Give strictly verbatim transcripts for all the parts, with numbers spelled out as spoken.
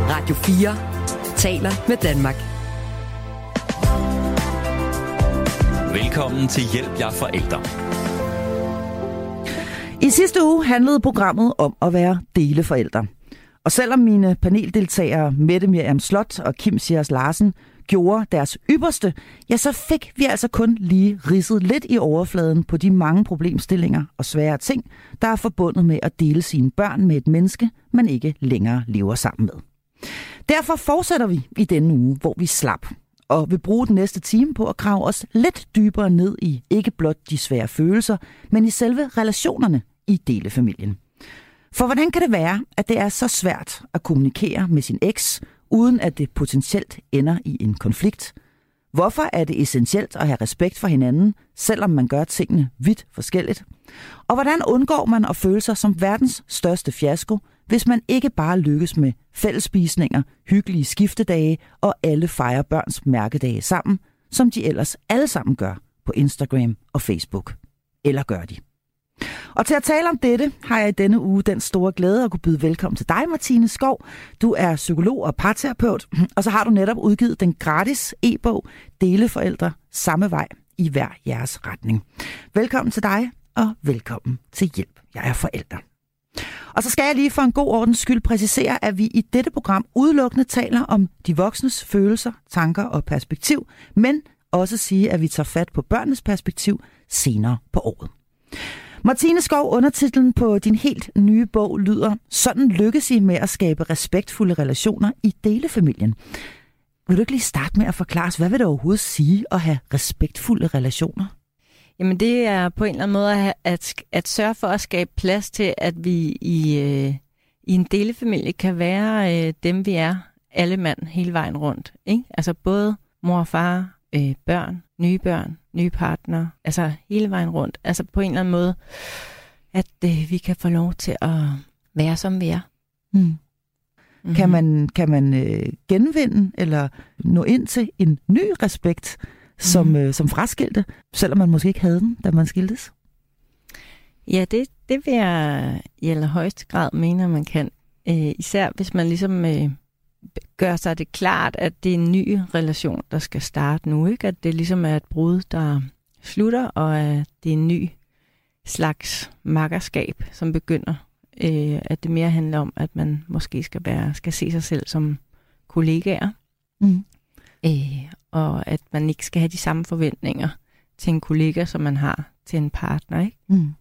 Radio fire taler med Danmark. Velkommen til Hjælp jer forældre. I sidste uge handlede programmet om at være deleforældre. Og selvom mine paneldeltagere Mette Miriam Slot og Kim Schiers Larsen gjorde deres ypperste, ja, så fik vi altså kun lige ridset lidt i overfladen på de mange problemstillinger og svære ting, der er forbundet med at dele sine børn med et menneske, man ikke længere lever sammen med. Derfor fortsætter vi i denne uge, hvor vi slap, og vil bruge den næste time på at grave os lidt dybere ned i ikke blot de svære følelser, men i selve relationerne i delefamilien. For hvordan kan det være, at det er så svært at kommunikere med sin eks, uden at det potentielt ender i en konflikt? Hvorfor er det essentielt at have respekt for hinanden, selvom man gør tingene vidt forskelligt? Og hvordan undgår man at føle sig som verdens største fiasko, hvis man ikke bare lykkes med fællesspisninger, hyggelige skiftedage og alle fejrer børns mærkedage sammen, som de ellers alle sammen gør på Instagram og Facebook? Eller gør de? Og til at tale om dette har jeg i denne uge den store glæde at kunne byde velkommen til dig, Martine Skov. Du er psykolog og parterapeut, og så har du netop udgivet den gratis e-bog Deleforældre samme vej i hver jeres retning. Velkommen til dig, og velkommen til Hjælp jeg er forældre. Og så skal jeg lige for en god ordens skyld præcisere, at vi i dette program udelukkende taler om de voksnes følelser, tanker og perspektiv, men også sige, at vi tager fat på børnenes perspektiv senere på året. Martine Skov, undertitlen på din helt nye bog lyder: Sådan lykkes I med at skabe respektfulde relationer i delefamilien. Vil du ikke lige starte med at forklare os, hvad vil det overhovedet sige at have respektfulde relationer? Jamen det er på en eller anden måde at, at, at sørge for at skabe plads til, at vi i, øh, i en delefamilie kan være øh, dem, vi er, alle mand, hele vejen rundt. Ikke? Altså både mor og far, øh, børn, nye børn, nye partner, altså hele vejen rundt. Altså på en eller anden måde, at øh, vi kan få lov til at være, som vi er. Mm. Mm-hmm. Kan man, kan man øh, genvinde eller nå ind til en ny respekt som, mm. øh, som fraskilte, selvom man måske ikke havde den, da man skiltes? Ja, det, det vil jeg i allerhøjeste grad mene, at man kan. Øh, især hvis man ligesom øh, gør sig det klart, at det er en ny relation, der skal starte nu. Ikke? At det ligesom er et brud, der slutter, og at det er en ny slags makkerskab, som begynder. Øh, at det mere handler om, at man måske skal, være, skal se sig selv som kollegaer. Mm. Øh, og at man ikke skal have de samme forventninger til en kollega, som man har til en partner. Ikke? Mm.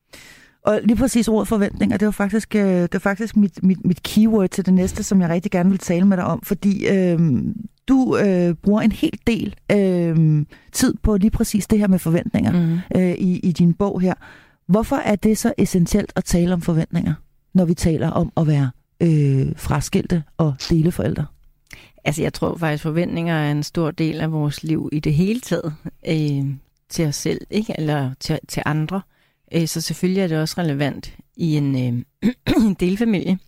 Og lige præcis ordet forventninger, det var faktisk, det var faktisk mit, mit, mit keyword til det næste, som jeg rigtig gerne vil tale med dig om, fordi øh, du øh, bruger en hel del øh, tid på lige præcis det her med forventninger mm. øh, i, i din bog her. Hvorfor er det så essentielt at tale om forventninger, når vi taler om at være øh, fraskilte og deleforældre? Altså jeg tror faktisk, forventninger er en stor del af vores liv i det hele taget, øh, til os selv, ikke? Eller til, til andre. Så selvfølgelig er det også relevant i en, øh, en delfamilie.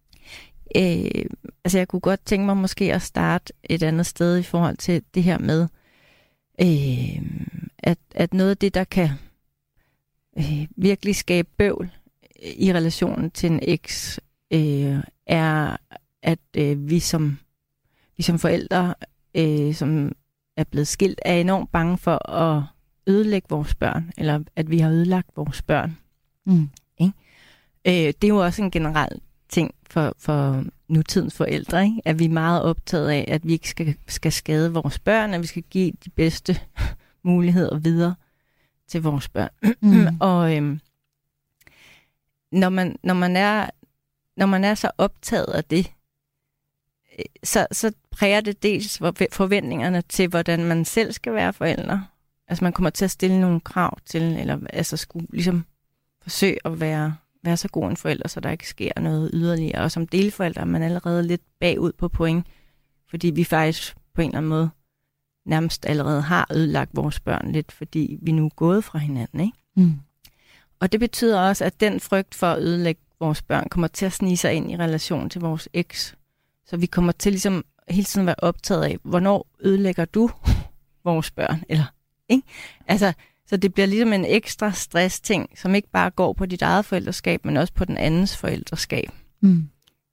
Øh, altså jeg kunne godt tænke mig måske at starte et andet sted i forhold til det her med, øh, at, at noget af det, der kan øh, virkelig skabe bøvl i relationen til en eks, øh, er, at øh, vi, som, vi som forældre, øh, som er blevet skilt, er enormt bange for at ødelægge vores børn, eller at vi har ødelagt vores børn. Mm. Ikke? Øh, det er jo også en generel ting for, for nutidens forældre, ikke? At vi er meget optaget af, at vi ikke skal, skal skade vores børn, at vi skal give de bedste muligheder videre til vores børn. Mm. Og øhm, når, man, når, man er, når man er så optaget af det, så, så præger det dels forventningerne til, hvordan man selv skal være forældre. Altså man kommer til at stille nogle krav til, eller altså skulle ligesom forsøge at være, være så god en forælder, så der ikke sker noget yderligere. Og som delforældre er man allerede lidt bagud på point, fordi vi faktisk på en eller anden måde nærmest allerede har ødelagt vores børn lidt, fordi vi nu er gået fra hinanden. Ikke? Mm. Og det betyder også, at den frygt for at ødelægge vores børn kommer til at snige sig ind i relation til vores eks. Så vi kommer til ligesom hele tiden at være optaget af, hvornår ødelægger du vores børn, eller ikke? Altså, så det bliver ligesom en ekstra stress-ting, som ikke bare går på dit eget forældreskab, men også på den andens forældreskab. Mm.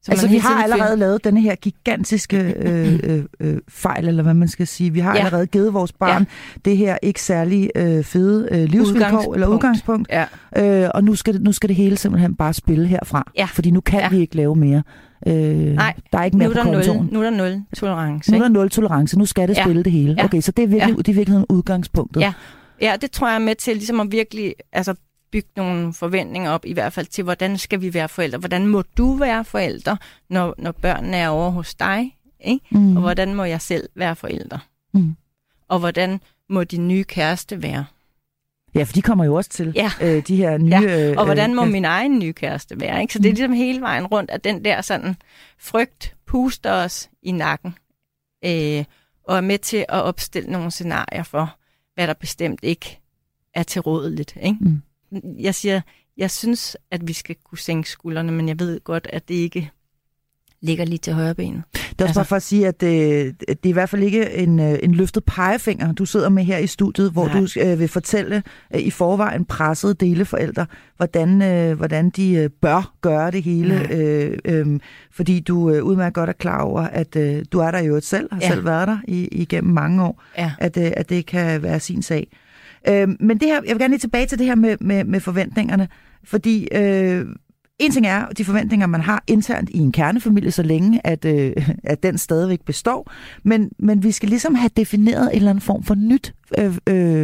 Så altså, vi har allerede føler... lavet denne her gigantiske øh, øh, øh, fejl, eller hvad man skal sige. Vi har ja. allerede givet vores barn ja. det her ikke særlig øh, fede øh, livsvilkår eller udgangspunkt. Ja. Øh, og nu skal, det, nu skal det hele simpelthen bare spille herfra. Ja. Fordi nu kan ja. vi ikke lave mere. Øh, Nej, der er ikke mere nu er på kontoen. Nu er der nul tolerance. Nu er der nul tolerance. Nu skal det ja. spille det hele. Ja. Okay, så det er virkelig, ja. det er virkelig udgangspunktet. Ja. ja, det tror jeg er med til ligesom at virkelig... Altså, bygge nogle forventninger op, i hvert fald til, hvordan skal vi være forældre? Hvordan må du være forældre, når, når børnene er over hos dig? Ikke? Mm. Og hvordan må jeg selv være forældre? Mm. Og hvordan må din nye kæreste være? Ja, for de kommer jo også til, ja. øh, de her nye... Ja. Og hvordan må øh, min egen nye kæreste være? Ikke? Så det er ligesom hele vejen rundt, at den der sådan frygt puster os i nakken, øh, og er med til at opstille nogle scenarier for, hvad der bestemt ikke er tilrådeligt, ikke? Mm. Jeg siger, jeg synes, at vi skal kunne sænke skuldrene, men jeg ved godt, at det ikke ligger lige til højre benet. Det er også altså, bare for at sige, at det, det er i hvert fald ikke en, en løftet pegefinger, du sidder med her i studiet, hvor nej. du øh, vil fortælle øh, i forvejen pressede deleforældre, hvordan, øh, hvordan de øh, bør gøre det hele. Øh, øh, fordi du øh, udmærket godt er klar over, at øh, du er der jo selv, har ja. selv været der i, igennem mange år, ja. at, øh, at det kan være sin sag. Øh, men det her, jeg vil gerne lige tilbage til det her med, med, med forventningerne, fordi øh, en ting er de forventninger, man har internt i en kernefamilie, så længe at, øh, at den stadigvæk består, men, men vi skal ligesom have defineret en eller anden form for nyt øh,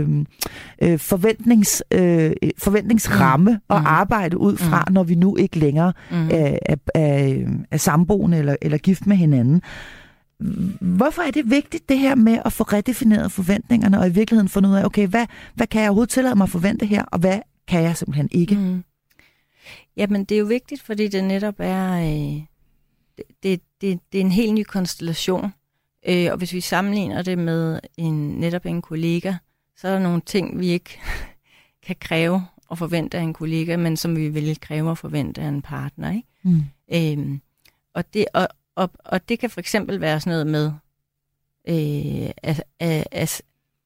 øh, forventnings, øh, forventningsramme mm. at arbejde ud fra, mm. når vi nu ikke længere mm. er, er, er, er samboende eller, eller gift med hinanden. Hvorfor er det vigtigt, det her med at få redefineret forventningerne, og i virkeligheden finde ud af, okay, hvad, hvad kan jeg overhovedet tillade mig at forvente her, og hvad kan jeg simpelthen ikke? Mm. Jamen, det er jo vigtigt, fordi det netop er, øh, det, det, det er en helt ny konstellation, øh, og hvis vi sammenligner det med en, netop en kollega, så er der nogle ting, vi ikke kan kræve og forvente af en kollega, men som vi vil kræve og forvente af en partner, ikke? Mm. Øh, og det... Og, Og, og det kan for eksempel være sådan noget med øh, at, at, at,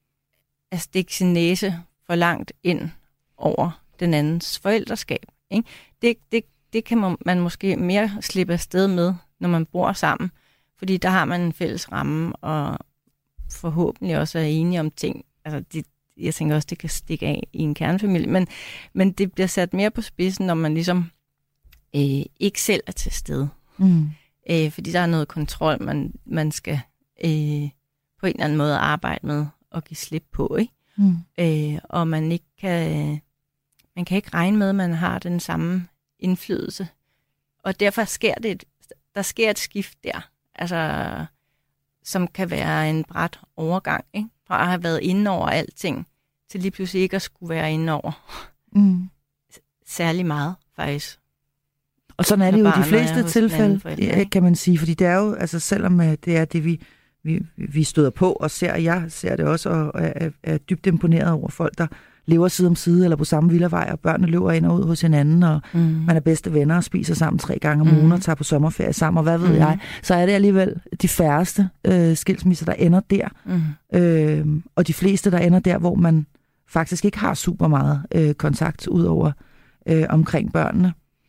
at stikke sin næse for langt ind over den andens forældreskab. Ikke? Det, det, det kan man, man måske mere slippe afsted med, når man bor sammen, fordi der har man en fælles ramme, og forhåbentlig også er enige om ting. Altså det, jeg tænker også, det kan stikke af i en kernefamilie, men, men det bliver sat mere på spidsen, når man ligesom øh, ikke selv er til stede. Mm. Øh, fordi der er noget kontrol, man, man skal øh, på en eller anden måde arbejde med og give slip på, ikke? Mm. Øh, og man ikke kan, man kan ikke regne med, at man har den samme indflydelse. Og derfor sker det et, der sker et skift der, altså, som kan være en brat overgang, ikke? Fra at have været inde over alting, til lige pludselig ikke at skulle være inde over mm. særlig meget, faktisk. Og sådan er det jo i de fleste tilfælde, forældre, kan man sige, fordi det er jo, altså selvom det er det, vi, vi, vi støder på og ser, og jeg ser det også, og er, er dybt imponeret over folk, der lever side om side eller på samme villavej, og børnene løber ind og ud hos hinanden, og mm. man er bedste venner og spiser sammen tre gange om ugen, mm. og tager på sommerferie sammen, og hvad ved mm. jeg, så er det alligevel de færreste øh, skilsmisser, der ender der. Mm. Øh, og de fleste, der ender der, hvor man faktisk ikke har super meget øh, kontakt ud over øh, omkring børnene.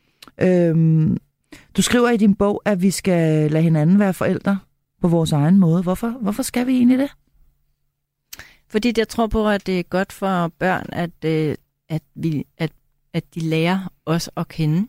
Øhm, du skriver i din bog, at vi skal lade hinanden være forældre på vores egen måde. Hvorfor, hvorfor skal vi egentlig det? Fordi jeg tror på, at det er godt for børn, at, at, vi, at, at de lærer os at kende.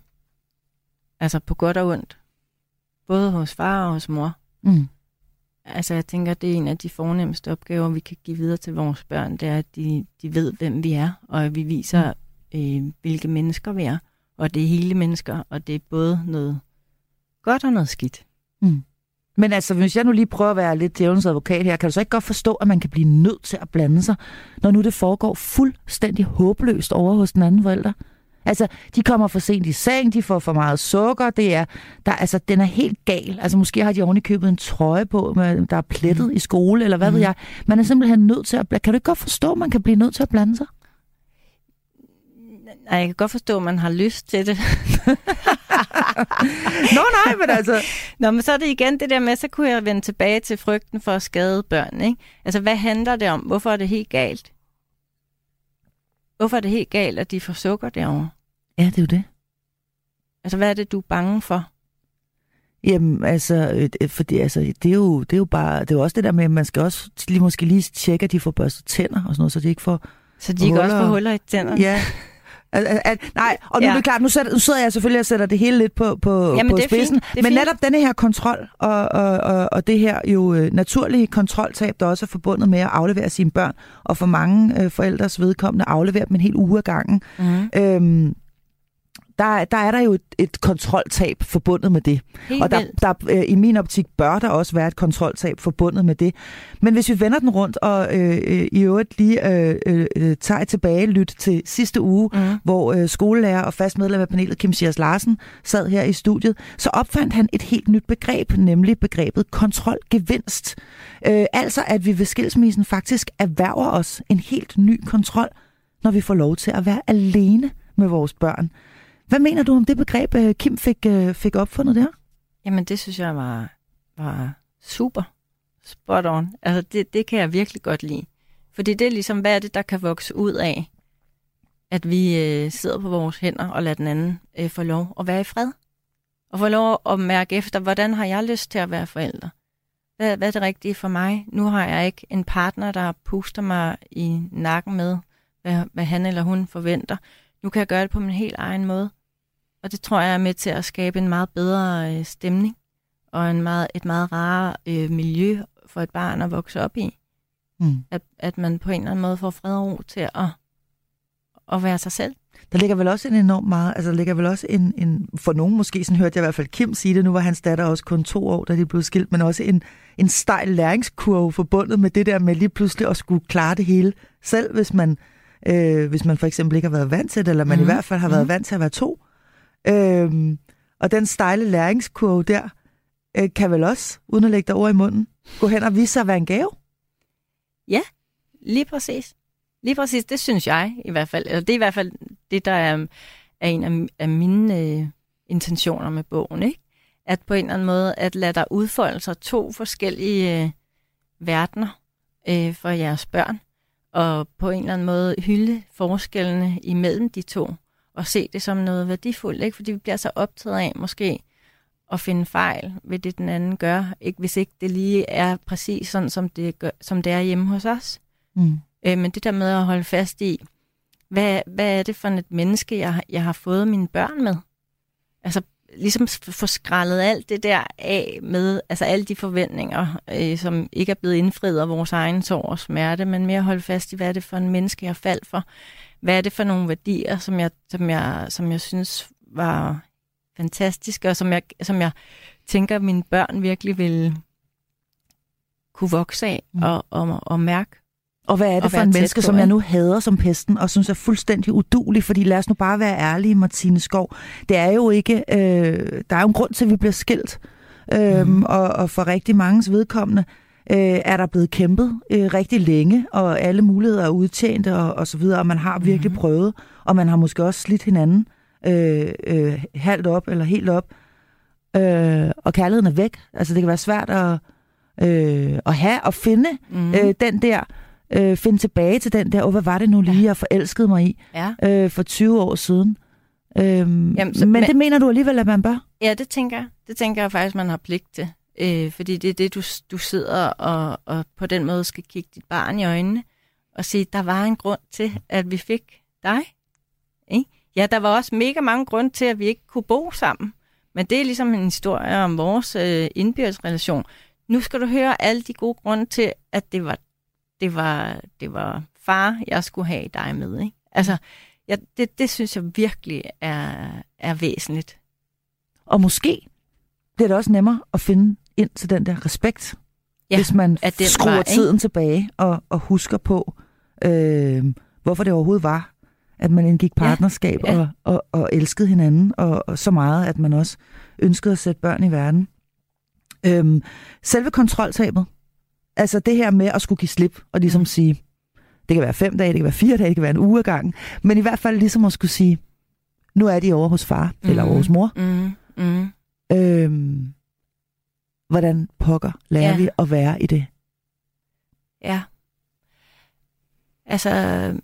Altså på godt og ondt. Både hos far og hos mor. Mm. Altså jeg tænker, det er en af de fornemmeste opgaver, vi kan give videre til vores børn, det er, at de, de ved, hvem vi er, og at vi viser, øh, hvilke mennesker vi er. Og det er hele mennesker, og det er både noget godt og noget skidt. Mm. Men altså, hvis jeg nu lige prøver at være lidt djævelens advokat her, kan du så ikke godt forstå, at man kan blive nødt til at blande sig, når nu det foregår fuldstændig håbløst over hos den anden forælder? Altså, de kommer for sent i seng, de får for meget sukker, det er, der, altså, den er helt gal. Altså, måske har de oven i købet en trøje på, med, der er plettet mm. i skole, eller hvad mm. ved jeg. Man er simpelthen nødt til at blande. Kan du ikke godt forstå, at man kan blive nødt til at blande sig? Nej, jeg kan godt forstå, at man har lyst til det. Nå nej, men altså... Nå, men så er det igen det der med, så kunne jeg vende tilbage til frygten for at skade børn, ikke? Altså, hvad handler det om? Hvorfor er det helt galt? Hvorfor er det helt galt, at de får sukker derovre? Ja, det er jo det. Altså, hvad er det, du er bange for? Jamen, altså, fordi, altså det, er jo, det er jo bare, det er jo også det der med, at man skal også lige, måske lige tjekke, at de får børstet tænder og sådan noget, så de ikke får Så de ikke også får huller i tænderne? Ja. At, at, nej, og nu ja. er det klart, nu, sætter, nu sidder jeg selvfølgelig og sætter det hele lidt på, på, Jamen, på spidsen. Men fint. Netop denne her kontrol, og, og, og, og det her jo øh, naturlige kontroltab, der også er forbundet med at aflevere sine børn, og for mange øh, forældres vedkommende aflevere dem en hel uge ad gangen. Mm. Øhm, Der, der er der jo et, et kontroltab forbundet med det. Helt og der, der, øh, i min optik bør der også være et kontroltab forbundet med det. Men hvis vi vender den rundt og øh, øh, i øvrigt lige øh, øh, tager et tilbagelyt til sidste uge, mm. hvor øh, skolelærer og fast medlem af panelet Kim Schiers Larsen sad her i studiet, så opfandt han et helt nyt begreb, nemlig begrebet kontrolgevinst. Øh, altså at vi ved skilsmissen faktisk erhverver os en helt ny kontrol, når vi får lov til at være alene med vores børn. Hvad mener du om det begreb, Kim fik, fik opfundet der? Jamen, det synes jeg var, var super spot on. Altså, det, det kan jeg virkelig godt lide. Fordi det er ligesom, hvad er det, der kan vokse ud af, at vi øh, sidder på vores hænder og lader den anden øh, få lov at være i fred. Og få lov at mærke efter, hvordan har jeg lyst til at være forælder? Hvad, hvad er det rigtige for mig? Nu har jeg ikke en partner, der puster mig i nakken med, hvad, hvad han eller hun forventer. Nu kan jeg gøre det på min helt egen måde. Og det tror jeg er med til at skabe en meget bedre øh, stemning, og en meget, et meget rarere øh, miljø for et barn at vokse op i. Mm. At, at man på en eller anden måde får fred og ro til at, at være sig selv. Der ligger vel også en enorm meget, altså der ligger vel også en, en, for nogen måske, sådan hørte jeg i hvert fald Kim sige det, nu var hans datter også kun to år, da de blev skilt, men også en, en stejl læringskurve forbundet med det der med lige pludselig at skulle klare det hele selv, hvis man, øh, hvis man for eksempel ikke har været vant til det, eller man mm. i hvert fald har været mm. vant til at være to. Øhm, og den stejle læringskurve der, øh, kan vel også, uden at lægge dig ord i munden, gå hen og vise sig at være en gave? Ja, lige præcis. Lige præcis, det synes jeg i hvert fald. Eller det er i hvert fald det, der er, er en af, af mine øh, intentioner med bogen, ikke? At på en eller anden måde, at lade der udfolde sig to forskellige øh, verdener øh, for jeres børn, og på en eller anden måde hylde forskellene imellem de to, og se det som noget værdifuldt, ikke? Fordi vi bliver så optaget af måske at finde fejl ved det, den anden gør, ikke? Hvis ikke det lige er præcis sådan, som det, gør, som det er hjemme hos os. Mm. Øh, men det der med at holde fast i, hvad, hvad er det for et menneske, jeg, jeg har fået mine børn med? Altså ligesom få skrællet alt det der af med, altså alle de forventninger, øh, som ikke er blevet indfriet af vores egen sorg og smerte, men mere holde fast i, hvad er det for en menneske, jeg faldt for? Hvad er det for nogle værdier, som jeg, som jeg, som jeg synes var fantastiske, og som jeg, som jeg tænker, mine børn virkelig vil kunne vokse af mm. og, og, og mærke. Og hvad er det for en menneske, på, som jeg nu hader som pesten, og synes er fuldstændig uduelig? Fordi lad os nu bare være ærlige, Martine Skov. Det er jo ikke, øh, der er jo en grund til, at vi bliver skilt. Øh, mm. og, og for rigtig manges vedkommende øh, er der blevet kæmpet øh, rigtig længe, og alle muligheder er udtjente og, og så videre, og man har virkelig mm. prøvet, og man har måske også slidt hinanden øh, øh, halvt op eller helt op. Øh, og kærligheden er væk. Altså det kan være svært at, øh, at have og finde mm. øh, den der... Øh, finde tilbage til den der, og hvad var det nu lige, ja. jeg forelskede mig i ja. øh, for tyve år siden. Øhm, Jamen, så, men, men det mener du alligevel, at man bør? Ja, det tænker jeg. Det tænker jeg faktisk, man har pligt til. Øh, fordi det er det, du, du sidder og, og på den måde skal kigge dit barn i øjnene og sige, der var en grund til, at vi fik dig. Ikke? Ja, der var også mega mange grunde til, at vi ikke kunne bo sammen. Men det er ligesom en historie om vores øh, indbyrdes relation. Nu skal du høre alle de gode grunde til, at det var Det var, det var far, jeg skulle have dig med. Ikke? Altså, ja, det, det synes jeg virkelig er, er væsentligt. Og måske bliver det også nemmere at finde ind til den der respekt, ja, hvis man skruer var, tiden ikke? tilbage og, og husker på, øh, hvorfor det overhovedet var, at man indgik partnerskab ja, ja. Og, og, og elskede hinanden, og, og så meget, at man også ønskede at sætte børn i verden. Øh, selve kontroltabet, altså det her med at skulle give slip, og ligesom mm. sige, det kan være fem dage, det kan være fire dage, det kan være en uge ad gangen, men i hvert fald ligesom at skulle sige, nu er de over hos far, mm. eller over hos mor. Mm. Mm. Øhm, hvordan pokker lærer ja. vi at være i det? Ja. Altså,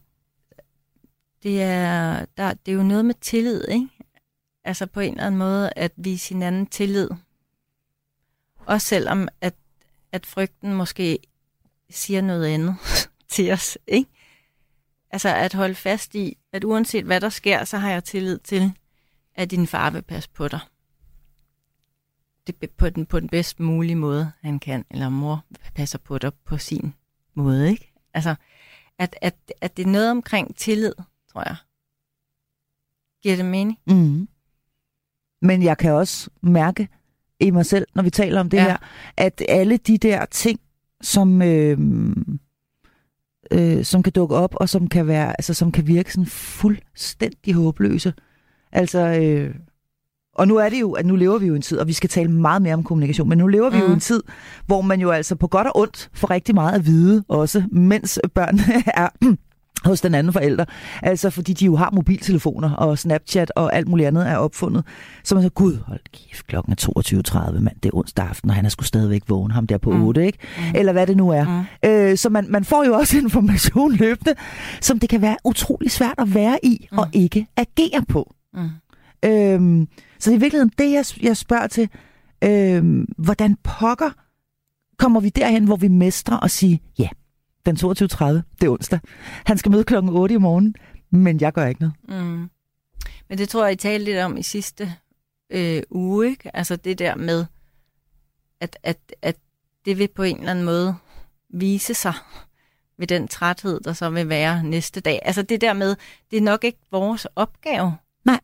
det er, der, det er jo noget med tillid, ikke? Altså på en eller anden måde, at vise hinanden tillid. Også selvom, at, at frygten måske siger noget andet til os, ikke? Altså at holde fast i, at uanset hvad der sker, så har jeg tillid til, at din far vil passe på dig. Det, på, den, på den bedst mulige måde, han kan, eller mor passer på dig på sin måde, ikke? Altså, at, at, at det er noget omkring tillid, tror jeg. Giver det mening? Mm. Men jeg kan også mærke i mig selv, når vi taler om det ja. her, at alle de der ting, som, øh, øh, som kan dukke op, og som kan være, altså som kan virke sådan fuldstændig håbløse. Altså, øh, og nu er det jo, at nu lever vi jo i en tid, og vi skal tale meget mere om kommunikation, men nu lever vi mm. jo i en tid, hvor man jo altså på godt og ondt får rigtig meget at vide, også mens børnene er hos den anden forælder. Altså fordi de jo har mobiltelefoner og Snapchat og alt muligt andet er opfundet. Så man siger, gud, hold kæft, klokken er toogtyve tredive, mand, det er onsdag aften, og han er sgu stadigvæk vågen, ham der på mm. otte, ikke? Mm. Eller hvad det nu er. Mm. Øh, så man, man får jo også information løbende, som det kan være utrolig svært at være i mm. og ikke agere på. Mm. Øhm, så det er i virkeligheden det, jeg, jeg spørger til. Øhm, hvordan pokker kommer vi derhen, hvor vi mestrer og siger, ja, den toogtyve tredive, det er onsdag. Han skal møde klokken otte i morgen, men jeg gør ikke noget. Mm. Men det tror jeg, I talte lidt om i sidste øh, uge, ikke? Altså det der med, at, at, at det vil på en eller anden måde vise sig ved den træthed, der så vil være næste dag. Altså det der med, det er nok ikke vores opgave. Nej.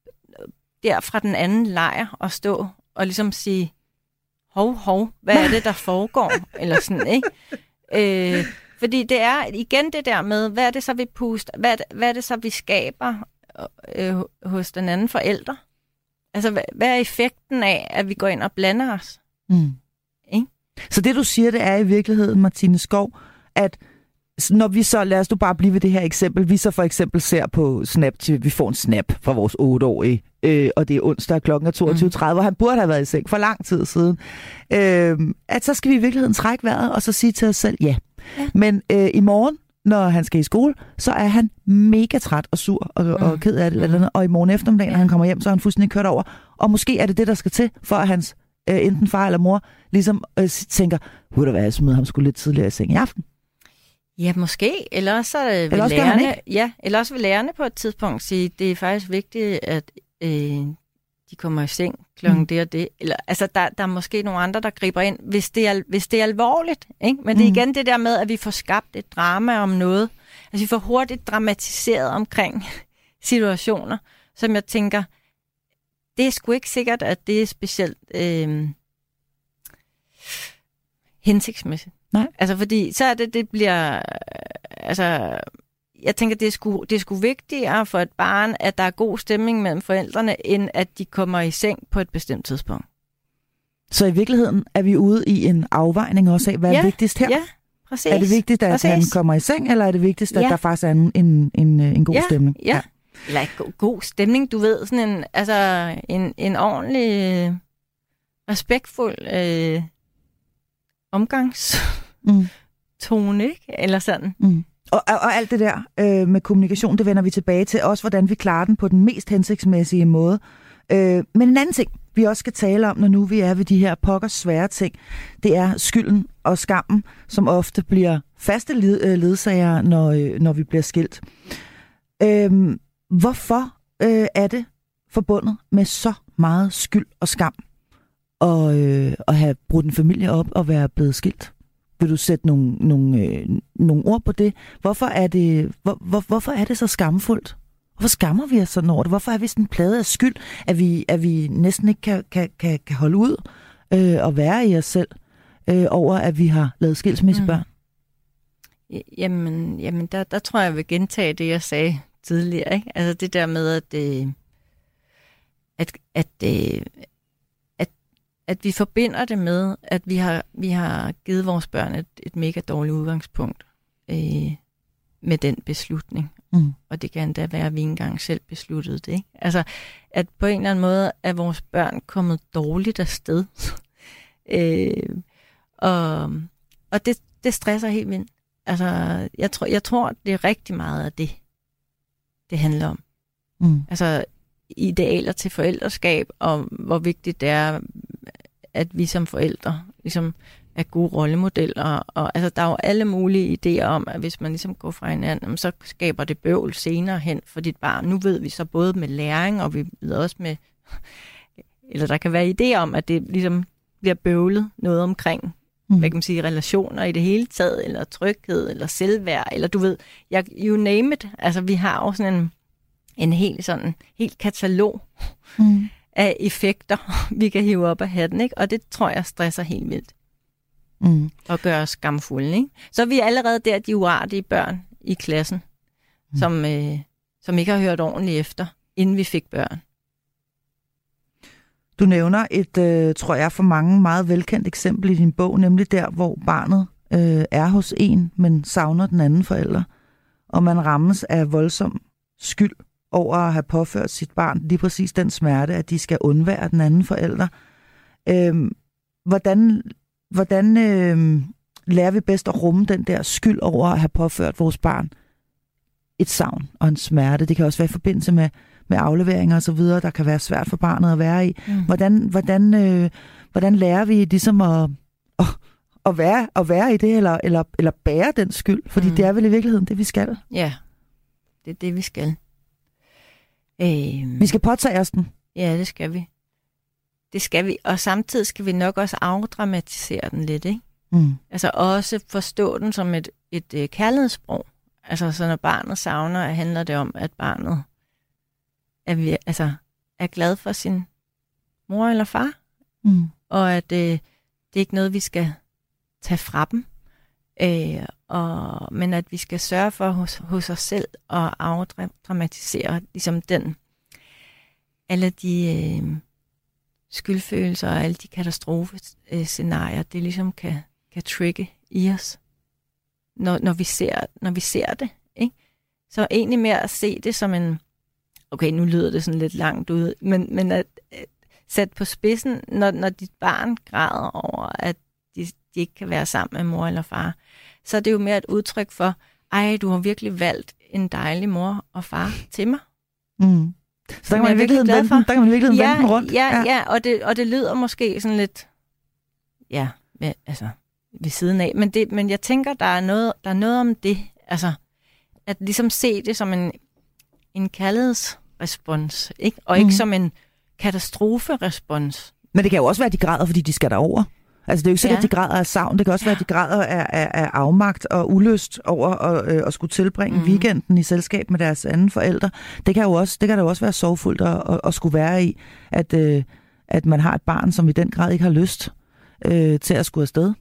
Der fra den anden lejr at stå og ligesom sige, hov, hov, hvad er det, der foregår? Eller sådan, ikke? Øh, fordi det er igen det der med, hvad er det så, vi puster? Hvad er det, hvad er det så, vi skaber øh, hos den anden forælder? Altså, hvad, hvad er effekten af, at vi går ind og blander os? Mm. Ikke? Så det, du siger, det er i virkeligheden, Martine Skov, at når vi så, lad os nu bare blive ved det her eksempel, vi så for eksempel ser på Snapchat, vi får en snap fra vores otteårige, øh, og det er onsdag, klokken er toogtyve tredive, og han burde have været i seng for lang tid siden, øh, at så skal vi i virkeligheden trække vejret, og så sige til os selv, ja. ja. Men øh, i morgen, når han skal i skole, så er han mega træt og sur og, mm. og ked af det, mm. eller andet, og i morgen eftermiddag, når han kommer hjem, så er han fuldstændig kørt over, og måske er det det, der skal til, for at hans øh, enten far eller mor ligesom øh, tænker, hvor der var jeg smider ham sgu lidt tidligere i seng i aften. Ja, måske. Eller også er det eller også lærerne, ja, eller også vil lærerne på et tidspunkt sige, det er faktisk vigtigt, at øh, de kommer i seng klokken mm. det og det. Eller, altså, der, der er måske nogle andre, der griber ind, hvis det er, hvis det er alvorligt. Ikke? Men mm. det er igen det der med, at vi får skabt et drama om noget. Altså, vi får hurtigt dramatiseret omkring situationer, som jeg tænker, det er sgu ikke sikkert, at det er specielt øh, hensigtsmæssigt. Nej. Altså, fordi så er det, det bliver, altså, jeg tænker, det er, sgu, det er sgu vigtigere for et barn, at der er god stemning mellem forældrene, end at de kommer i seng på et bestemt tidspunkt. Så i virkeligheden er vi ude i en afvejning også af, hvad ja, er vigtigst her? Ja, præcis. Er det vigtigt, at præcis. han kommer i seng, eller er det vigtigst, at ja. der faktisk er en, en, en, en god ja, stemning? Ja, ja. Eller god, god stemning, du ved, sådan en, altså, en, en ordentlig, respektfuld øh, omgangstone, mm. ikke? Eller sådan. Mm. Og, og, og alt det der øh, med kommunikation, det vender vi tilbage til. Også hvordan vi klarer den på den mest hensigtsmæssige måde. Øh, men en anden ting, vi også skal tale om, når nu vi er ved de her pokkers svære ting, det er skylden og skammen, som ofte bliver faste led, ledsager, når, øh, når vi bliver skilt. Øh, hvorfor øh, er det forbundet med så meget skyld og skam og, øh, at have brudt en familie op og være blevet skilt? Vil du sætte nogle, nogle, øh, nogle ord på det? Hvorfor er det, hvor, hvor, hvorfor er det så skamfuldt? Hvorfor skammer vi os sådan over det? Hvorfor er vi sådan plaget af skyld, at vi, at vi næsten ikke kan, kan, kan, kan holde ud øh, og være i os selv øh, over, at vi har lavet skilsmissebørn? Mm. Jamen, jamen der, der tror jeg, jeg vil gentage det, jeg sagde tidligere. Ikke? Altså det der med, at, øh, at, at, øh, at, at vi forbinder det med, at vi har, vi har givet vores børn et, et mega dårligt udgangspunkt øh, med den beslutning. Mm. Og det kan endda være, at vi ikke engang selv besluttede det. Ikke? Altså, at på en eller anden måde er vores børn kommet dårligt afsted. øh, og og det, det stresser helt vildt. Altså, jeg tror, jeg tror, det er rigtig meget af det, det handler om. Mm. Altså, idealer til forældreskab, og hvor vigtigt det er, at vi som forældre ligesom er gode rollemodeller. Og altså, der er jo alle mulige idéer om, at hvis man ligesom går fra hinanden, så skaber det bøvl senere hen for dit barn. Nu ved vi så både med læring, og vi ved også med... Eller der kan være idéer om, at det ligesom bliver bøvlet noget omkring, mm. hvad kan man sige, relationer i det hele taget, eller tryghed, eller selvværd, eller du ved, jeg, you name it. Altså, vi har også sådan en, en helt sådan, helt katalog mm. af effekter, vi kan hive op af hatten, ikke? Og det tror jeg stresser helt vildt. Mm. Og gør os skamfulde, ikke? Så er vi allerede der, de uartige børn i klassen, mm. som, øh, som ikke har hørt ordentligt efter, inden vi fik børn. Du nævner et, øh, tror jeg, for mange meget velkendt eksempel i din bog, nemlig der, hvor barnet øh, er hos en, men savner den anden forælder, og man rammes af voldsom skyld over at have påført sit barn lige præcis den smerte, at de skal undvære den anden forælder. Øh, hvordan hvordan øh, lærer vi bedst at rumme den der skyld over at have påført vores barn et savn og en smerte? Det kan også være i forbindelse med med afleveringer og så videre, der kan være svært for barnet at være i. Mm. Hvordan, hvordan, øh, hvordan lærer vi ligesom at, at, at, være, at være i det, eller, eller, eller bære den skyld? Fordi mm. det er vel i virkeligheden det, vi skal. Ja, det er det, vi skal. Øh... Vi skal påtage os den. Ja, det skal vi. Det skal vi, og samtidig skal vi nok også afdramatisere den lidt, ikke? Mm. Altså også forstå den som et, et, et kærlighedssprog. Altså så når barnet savner, handler det om, at barnet er, vi, altså, er glad for sin mor eller far, mm. og at øh, det er ikke noget, vi skal tage fra dem, øh, og, men at vi skal sørge for hos, hos os selv at afdramatisere ligesom den, alle de øh, skyldfølelser og alle de katastrofescenarier, det ligesom kan, kan trigge i os, når, når, vi ser, når vi ser det. Ikke? Så egentlig mere at se det som en okay, nu lyder det sådan lidt langt ud, men, men at, at sætte på spidsen, når, når dit barn græder over, at de, de ikke kan være sammen med mor eller far, så er det jo mere et udtryk for, ej, du har virkelig valgt en dejlig mor og far til mig. Mm. Så der kan man i virkeligheden vende den, der kan man i virkeligheden ja, vende den rundt. Ja, ja, ja og, det, og det lyder måske sådan lidt, ja, med, altså ved siden af, men, det, men jeg tænker, der er, noget, der er noget om det, altså at ligesom se det som en, en kærlighedsrespons, ikke? Og ikke mm. som en katastroferespons. Men det kan jo også være, at de græder, fordi de skal derover. Altså det er jo ikke sikkert, ja. at de græder af savn. Det kan også ja. være, at de græder af, af, af afmagt og ulyst over at, øh, at skulle tilbringe mm. weekenden i selskab med deres anden forældre. Det kan jo også, det kan da også være sorgfuldt at, at, at skulle være i, at, øh, at man har et barn, som i den grad ikke har lyst øh, til at skulle afsted.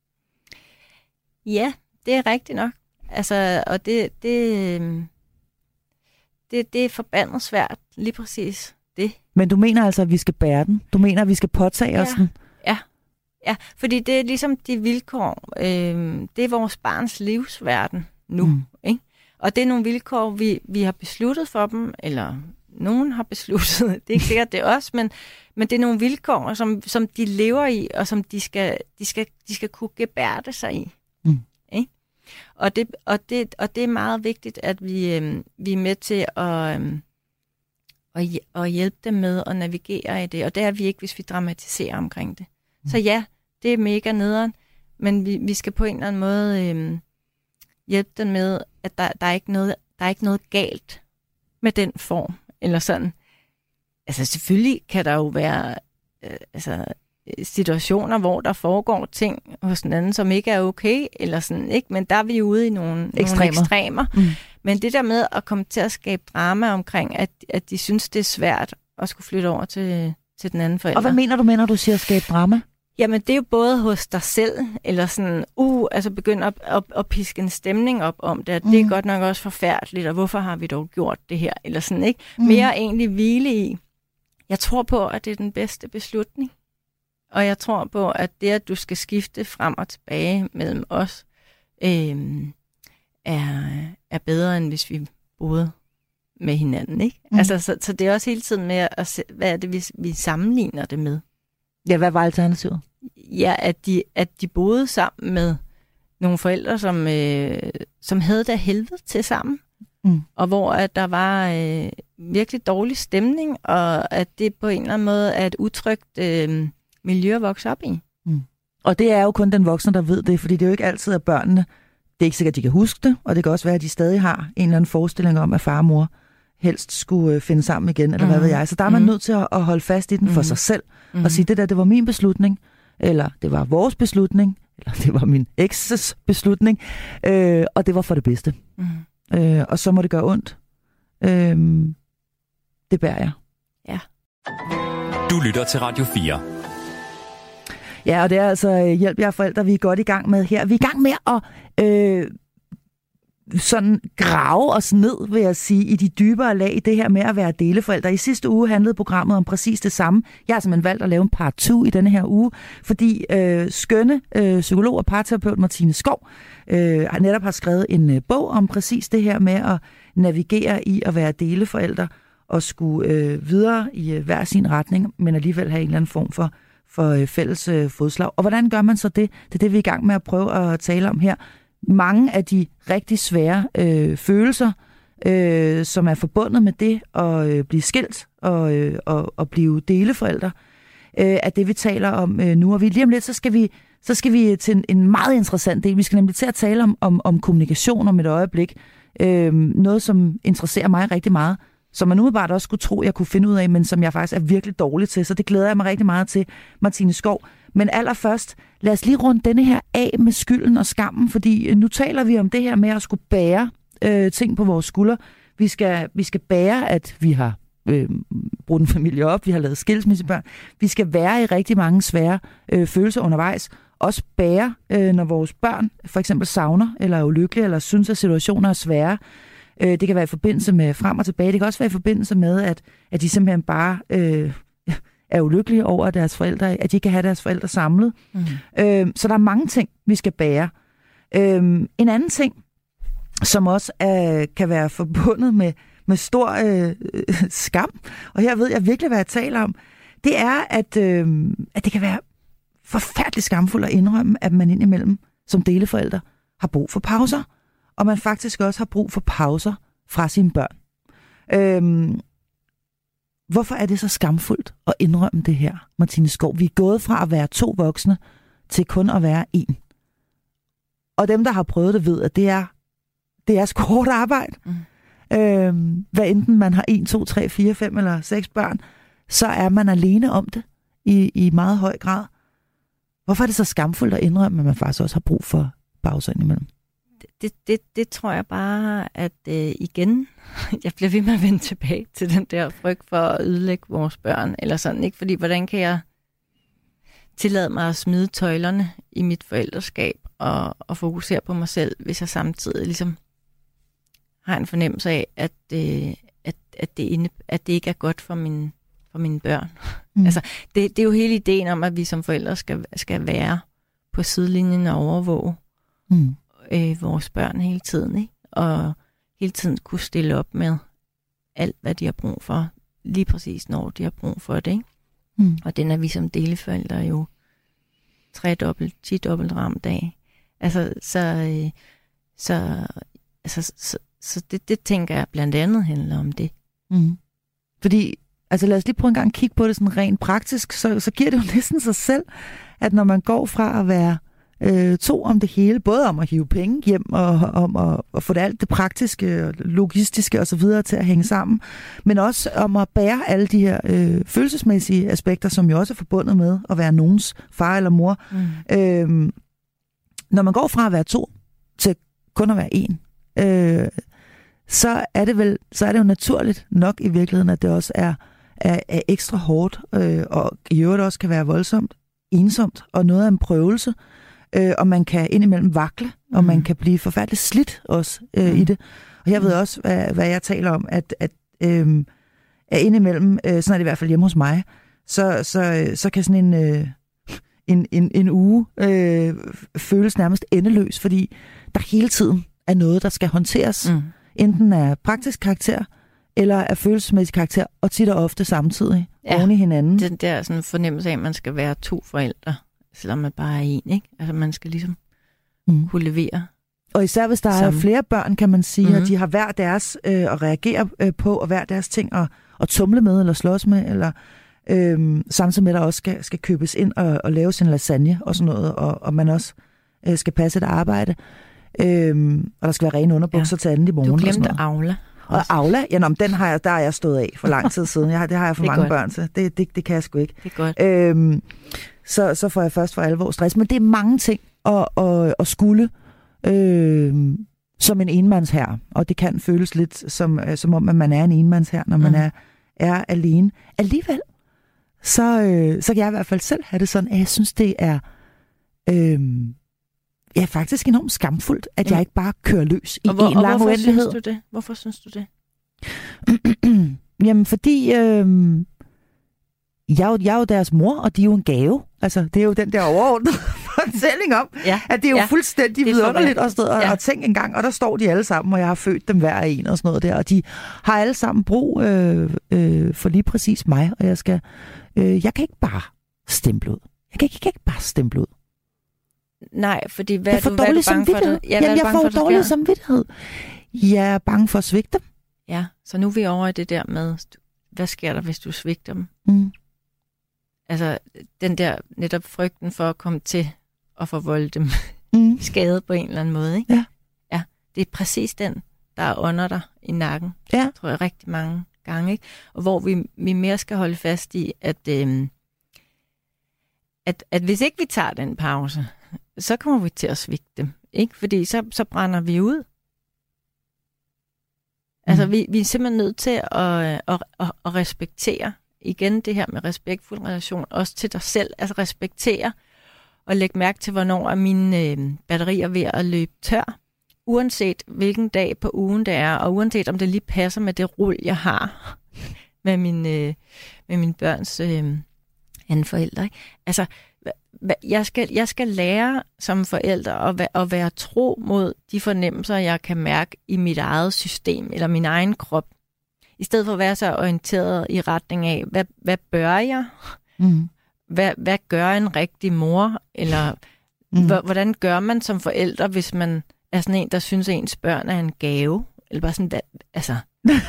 Ja, det er rigtigt nok. Altså, og det... det Det, det er forbandet svært, lige præcis det. Men du mener altså, at vi skal bære den? Du mener, at vi skal påtage ja. os den? Ja. ja, fordi det er ligesom de vilkår. Øh, det er vores barns livsverden nu. Mm. Ikke? Og det er nogle vilkår, vi, vi har besluttet for dem, eller nogen har besluttet. Det er ikke sikkert, det er os, men, men det er nogle vilkår, som, som de lever i, og som de skal, de skal, de skal kunne gebærde sig i. Mm. Ikke? Og det, og, det, og det er meget vigtigt, at vi, øh, vi er med til at, øh, at, at hjælpe dem med at navigere i det. Og det er vi ikke, hvis vi dramatiserer omkring det. Mm. Så ja, det er mega nederen, men vi, vi skal på en eller anden måde øh, hjælpe dem med, at der, der, er ikke noget, der er ikke noget galt med den form. Eller sådan. Altså selvfølgelig kan der jo være... Øh, altså, situationer, hvor der foregår ting hos den anden, som ikke er okay, eller sådan, ikke? Men der er vi ude i nogle ekstremer. Nogle ekstremer. Mm. Men det der med at komme til at skabe drama omkring, at, at de synes, det er svært at skulle flytte over til, til den anden forælder. Og hvad mener du med, når du siger skabe drama? Jamen, det er jo både hos dig selv, eller sådan, uh, altså begynde at, at, at piske en stemning op om det, at mm. det er godt nok også forfærdeligt, og hvorfor har vi dog gjort det her, eller sådan, ikke? Mm. Mere egentlig hvile i. Jeg tror på, at det er den bedste beslutning. Og jeg tror på, at det, at du skal skifte frem og tilbage mellem os, øh, er, er bedre, end hvis vi boede med hinanden, ikke? Mm. Altså, så, så det er også hele tiden med at se, hvad er det, vi, vi sammenligner det med. Ja, hvad var alternativet? Ja, at de, at de boede sammen med nogle forældre, som, øh, som havde det helvede til sammen. Mm. Og hvor at der var øh, virkelig dårlig stemning, og at det på en eller anden måde er et utrygt... Øh, miljø at vokse op i. Mm. Og det er jo kun den voksne, der ved det, fordi det er jo ikke altid, at børnene, det er ikke sikkert, at de kan huske det, og det kan også være, at de stadig har en eller anden forestilling om, at far og mor helst skulle finde sammen igen, eller mm. hvad ved jeg. Så der er man mm. nødt til at, at holde fast i den mm. for sig selv, mm. og sige, det der, det var min beslutning, eller det var vores beslutning, eller det var min ekses beslutning, øh, og det var for det bedste. Mm. Øh, og så må det gøre ondt. Øh, det bærer jeg. Ja. Du lytter til Radio fire. Ja, og det er altså Hjælp jer forældre, vi er godt i gang med her. Vi er i gang med at øh, sådan grave os ned, vil jeg sige, i de dybere lag i det her med at være deleforældre. I sidste uge handlede programmet om præcis det samme. Jeg har simpelthen valgt at lave en part to i denne her uge, fordi øh, skønne øh, psykolog og parterapeut Martine Skov øh, har netop har skrevet en øh, bog om præcis det her med at navigere i at være deleforældre og skulle øh, videre i øh, hver sin retning, men alligevel have en eller anden form for for øh, fælles øh, fodslag. Og hvordan gør man så det? Det er det, vi er i gang med at prøve at tale om her. Mange af de rigtig svære øh, følelser, øh, som er forbundet med det at øh, blive skilt og, øh, og, og blive deleforældre, øh, er det, vi taler om øh, nu. Og vi lige om lidt, så skal vi, så skal vi til en, en meget interessant del. Vi skal nemlig til at tale om, om, om kommunikation om et øjeblik. Øh, noget, som interesserer mig rigtig meget, som man umiddelbart også skulle tro, jeg kunne finde ud af, men som jeg faktisk er virkelig dårlig til. Så det glæder jeg mig rigtig meget til, Martine Skov. Men allerførst, lad os lige runde denne her af med skylden og skammen, fordi nu taler vi om det her med at skulle bære øh, ting på vores skuldre. Vi skal, vi skal bære, at vi har øh, brudt en familie op, vi har lavet skilsmissebørn. Vi skal være i rigtig mange svære øh, følelser undervejs. Også bære, øh, når vores børn for eksempel savner, eller er ulykkelige, eller synes, at situationer er svære. Det kan være i forbindelse med frem og tilbage. Det kan også være i forbindelse med, at, at de simpelthen bare øh, er ulykkelige over deres forældre, at de kan have deres forældre samlet. Mm. Øh, så der er mange ting, vi skal bære. Øh, en anden ting, som også øh, kan være forbundet med, med stor øh, skam, og her ved jeg virkelig, hvad jeg taler om, det er, at, øh, at det kan være forfærdeligt skamfuldt at indrømme, at man indimellem som deleforældre har brug for pauser, og man faktisk også har brug for pauser fra sine børn. Øhm, hvorfor er det så skamfuldt at indrømme det her, Martine Skov? Vi er gået fra at være to voksne til kun at være en. Og dem, der har prøvet det, ved, at det er, det er sgu hårdt arbejde. Mm. Øhm, hvad enten man har en, to, tre, fire, fem eller seks børn, så er man alene om det i, i meget høj grad. Hvorfor er det så skamfuldt at indrømme, at man faktisk også har brug for pauser indimellem? Det, det, det tror jeg bare, at øh, igen, jeg bliver ved med at vende tilbage til den der frygt for at ødelægge vores børn, eller sådan, ikke? Fordi hvordan kan jeg tillade mig at smide tøjlerne i mit forældreskab og, og fokusere på mig selv, hvis jeg samtidig ligesom har en fornemmelse af, at, øh, at, at, det, inde, at det ikke er godt for mine, for mine børn. Mm. Altså, det, det er jo hele ideen om, at vi som forældre skal, skal være på sidelinjen og overvåge mm. øh, vores børn hele tiden, ikke? Og hele tiden kunne stille op med alt, hvad de har brug for, lige præcis når de har brug for det, ikke? Mm. Og den er vi som deleforældre jo tredobbelt, tidobbelt ramt af. Altså, så, øh, så, altså, så, så det, det tænker jeg blandt andet handler om det. Mm. Fordi, altså lad os lige prøve en gang at kigge på det sådan rent praktisk, så, så giver det jo næsten sig selv, at når man går fra at være øh, to om det hele, både om at hive penge hjem, og om at, at få det alt det praktiske, logistiske og så videre til at hænge sammen, men også om at bære alle de her øh, følelsesmæssige aspekter, som jo også er forbundet med at være nogens far eller mor. Mm. Øh, når man går fra at være to til kun at være en, øh, så er det vel, så er det jo naturligt nok i virkeligheden, at det også er, er, er ekstra hårdt, øh, og i øvrigt også kan være voldsomt, ensomt, og noget af en prøvelse, øh, og man kan indimellem vakle, og mm. man kan blive forfærdeligt slidt også øh, mm. i det. Og jeg ved også, hvad, hvad jeg taler om, at, at, øh, at indimellem, øh, sådan er det i hvert fald hjemme hos mig, så, så, så kan sådan en, øh, en, en, en uge øh, føles nærmest endeløs, fordi der hele tiden er noget, der skal håndteres, mm. enten af praktisk karakter, eller af følelsesmæssig karakter, og tit og ofte samtidig, ja, oven i hinanden. Den der sådan fornemmelse af, at man skal være to forældre, selvom man bare er en, ikke? Altså man skal ligesom mm. kunne levere. Og især hvis der sammen. er flere børn, kan man sige, mm-hmm. og de har hver deres øh, at reagere øh, på, og hver deres ting at, at tumle med, eller slås med, eller Øhm, samtidig med, at der også skal, skal købes ind og, og laves en lasagne og sådan noget, og, og man også øh, skal passe et arbejde. Øhm, og der skal være rene underbukser ja. til anden i morgen. Du glemte Aula. Og Aula, ja, nå, den har jeg, der er jeg stået af for lang tid siden. Jeg har, det har jeg for mange godt. børn til. Det, det, det kan jeg sgu ikke. Det er godt. Øhm, så, så får jeg først for alvor stress. Men det er mange ting at, at, at skulle øh, som en enmandshær. Og det kan føles lidt som, som om, at man er en enmandshær, når man mm. er, er alene. Alligevel, så, øh, så kan jeg i hvert fald selv have det sådan, at jeg synes, det er... Øh, Ja, faktisk enormt skamfuldt, at ja. jeg ikke bare kører løs i hvor, en lang uendelighed. Synes du det? Hvorfor synes du det? Jamen, fordi øh, jeg, er jo, jeg er jo deres mor, og de er jo en gave. Altså, det er jo den der overordnede fortælling om, ja. at det er jo ja. fuldstændig vidunderligt at stå og, ja. og tænke en gang, og der står de alle sammen, og jeg har født dem hver en og sådan noget der, og de har alle sammen brug øh, øh, for lige præcis mig, og jeg skal, øh, jeg kan ikke bare stemple ud. Jeg kan ikke, jeg kan ikke bare stemple ud. Nej, fordi hvad jeg får er du, hvad er du bange for? Det? Ja, Jamen, jeg får for, dårlig samvittighed. Jeg er bange for at svigte dem. Ja, så nu er vi over i det der med, hvad sker der, hvis du svigter dem? Mm. Altså, den der netop frygten for at komme til at forvolde dem mm. skade på en eller anden måde, ikke? Ja. Ja, det er præcis den, der er under dig i nakken, ja. tror jeg, rigtig mange gange, ikke? Og hvor vi, vi mere skal holde fast i, at, øhm, at, at hvis ikke vi tager den pause, så kommer vi til at svigte dem, ikke? Fordi så, så brænder vi ud. Altså, mm. vi, vi er simpelthen nødt til at, at, at, at respektere, igen det her med respektfuld relation, også til dig selv, altså respektere og lægge mærke til, hvornår er mine øh, batterier ved at løbe tør, uanset hvilken dag på ugen det er, og uanset om det lige passer med det rul, jeg har med, min, øh, med mine børns øh, anden forældre, ikke? Altså, Jeg skal, jeg skal lære som forælder at være, at være tro mod de fornemmelser, jeg kan mærke i mit eget system eller min egen krop. I stedet for at være så orienteret i retning af, hvad, hvad bør jeg? Mm. Hvad, hvad gør en rigtig mor? Eller mm. hvordan gør man som forælder, hvis man er sådan en, der synes, at ens børn er en gave? Eller bare sådan, altså...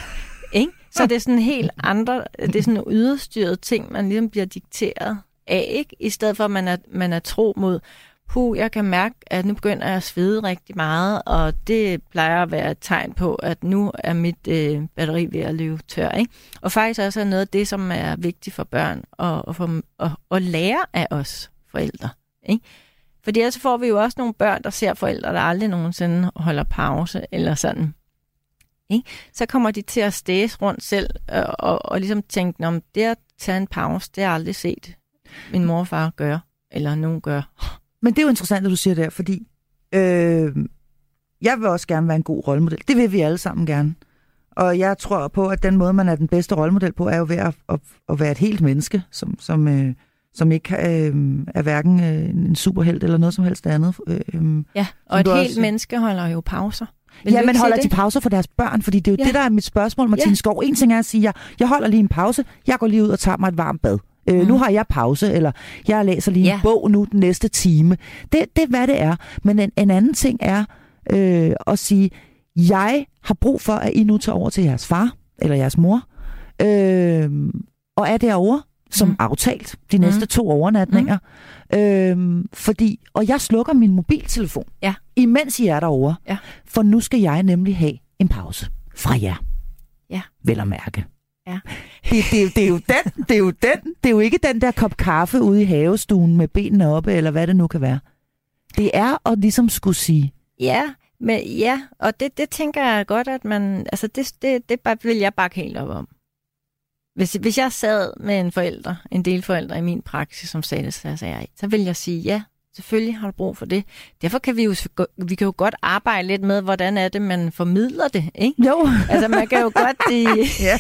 ikke? Så det er sådan helt andre, det er sådan yderstyret ting, man ligesom bliver dikteret af, ikke? I stedet for, at man er, man er tro mod, puh, jeg kan mærke, at nu begynder jeg at svede rigtig meget, og det plejer at være et tegn på, at nu er mit øh, batteri ved at løbe tør, ikke? Og faktisk også er noget af det, som er vigtigt for børn at, at, for, at, at lære af os forældre, ikke? Fordi ellers får vi jo også nogle børn, der ser forældre, der aldrig nogensinde holder pause, eller sådan. Ikke? Så kommer de til at stæse rundt selv, og, og, og ligesom tænke, om det at tage en pause, det har jeg aldrig set min mor og far gør, eller nogen gør. Men det er jo interessant, at du siger det, fordi øh, jeg vil også gerne være en god rollemodel. Det vil vi alle sammen gerne. Og jeg tror på, at den måde, man er den bedste rollemodel på, er jo ved at, at, at være et helt menneske, som, som, øh, som ikke øh, er hverken øh, en superhelt eller noget som helst andet. Øh, ja, og et helt også... menneske holder jo pauser. Vil ja, men holder de pauser for deres børn? Fordi det er jo ja. det, der er mit spørgsmål, Martine ja. Skov. En ting er at sige, jeg, jeg holder lige en pause, jeg går lige ud og tager mig et varmt bad. Øh, mm. Nu har jeg pause, eller jeg læser lige en yeah. bog nu den næste time. Det, det er, hvad det er. Men en, en anden ting er øh, at sige, jeg har brug for, at I nu tager over til jeres far, eller jeres mor, øh, og er derovre, som mm. aftalt, de næste mm. to overnatninger. Mm. Øh, fordi, og jeg slukker min mobiltelefon, ja. imens I er derovre. Ja. For nu skal jeg nemlig have en pause fra jer. Ja. Vel at mærke. Ja. Det, det, det, er jo den, det er jo den. Det er jo ikke den der kop kaffe ude i havestuen med benene oppe, eller hvad det nu kan være. Det er at ligesom skulle sige. Ja, men ja, og det, det tænker jeg godt, at man, altså det, det, det vil jeg bakke helt op om. Hvis, hvis jeg sad med en forælder, en del forældre i min praksis, som sagde det, så, sagde jeg, så vil jeg sige, ja, selvfølgelig har du brug for det. Derfor kan vi jo, vi kan jo godt arbejde lidt med, hvordan er det, man formidler det, ikke? Jo. Altså, man kan jo godt... De... ja.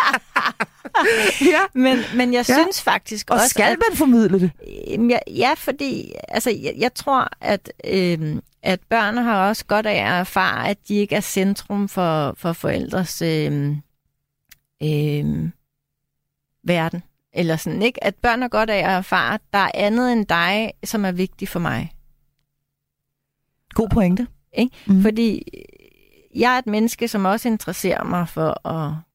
ja. Men, men jeg ja. synes faktisk og også... Og skal man formidle det? Ja, ja, fordi altså, jeg, jeg tror, at, øh, at børn har også godt af at erfare, at de ikke er centrum for, for forældres øh, øh, verden. Eller sådan, ikke? At børn er godt af at erfare, at der er andet end dig, som er vigtigt for mig. God pointe. Ikke? Mm. Fordi jeg er et menneske, som også interesserer mig for at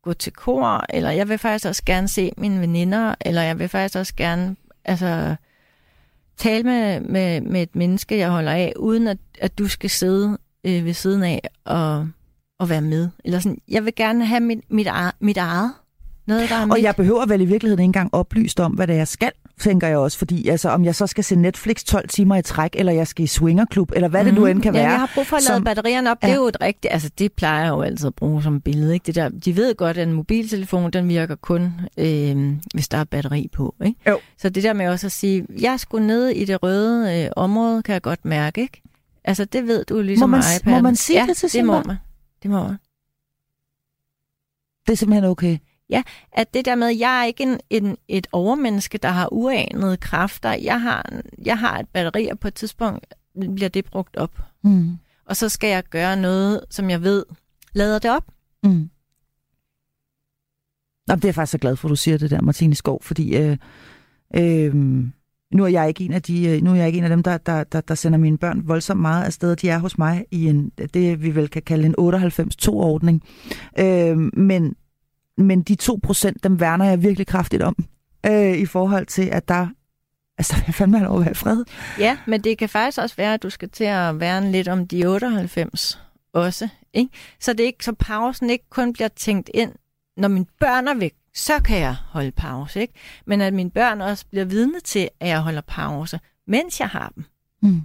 gå til kor, eller jeg vil faktisk også gerne se mine veninder, eller jeg vil faktisk også gerne altså, tale med, med, med et menneske, jeg holder af, uden at, at du skal sidde øh, ved siden af og, og være med. Eller sådan, jeg vil gerne have mit, mit, eget, mit eget. Noget, der er og mit. jeg behøver vel i virkeligheden ikke engang oplyst om, hvad det er, jeg skal, tænker jeg også. Fordi altså, om jeg så skal se Netflix tolv timer i træk, eller jeg skal i swingerklub, eller hvad mm. det nu end kan ja, være. Jeg har brug for at lade som... batterierne op. Ja. Det er jo et rigtigt... Altså, det plejer jeg jo altid at bruge som billede. Ikke? Det der, de ved godt, at en mobiltelefon, den virker kun, øh, hvis der er batteri på. Ikke? Jo. Så det der med også at sige, jeg skulle ned i det røde øh, område, kan jeg godt mærke. Ikke? Altså, det ved du ligesom må man, iPad. Må man sige ja, det til sin det må børn? man. Det må man. Det er simpelthen okay. Ja, at det der med, at jeg er ikke en, en, et overmenneske, der har uanede kræfter. Jeg har, jeg har et batteri, og på et tidspunkt bliver det brugt op. Mm. Og så skal jeg gøre noget, som jeg ved, lader det op. Mm. Nå, det er jeg faktisk så glad for, at du siger det der, Martine Skov, fordi øh, øh, nu er jeg ikke en af de, nu er jeg ikke en af dem, der, der, der, der sender mine børn voldsomt meget afsted. De er hos mig i en, det vi vel kan kalde en otteoghalvfems to-ordning. Øh, men Men de to procent, dem værner jeg virkelig kraftigt om, øh, i forhold til, at der... Altså, der vil jeg fandme have lov at være i fred. Ja, men det kan faktisk også være, at du skal til at værne lidt om de otteoghalvfems også, ikke? Så det ikke, så pausen ikke kun bliver tænkt ind, når mine børn er væk, så kan jeg holde pause, ikke? Men at mine børn også bliver vidne til, at jeg holder pause, mens jeg har dem. Mm.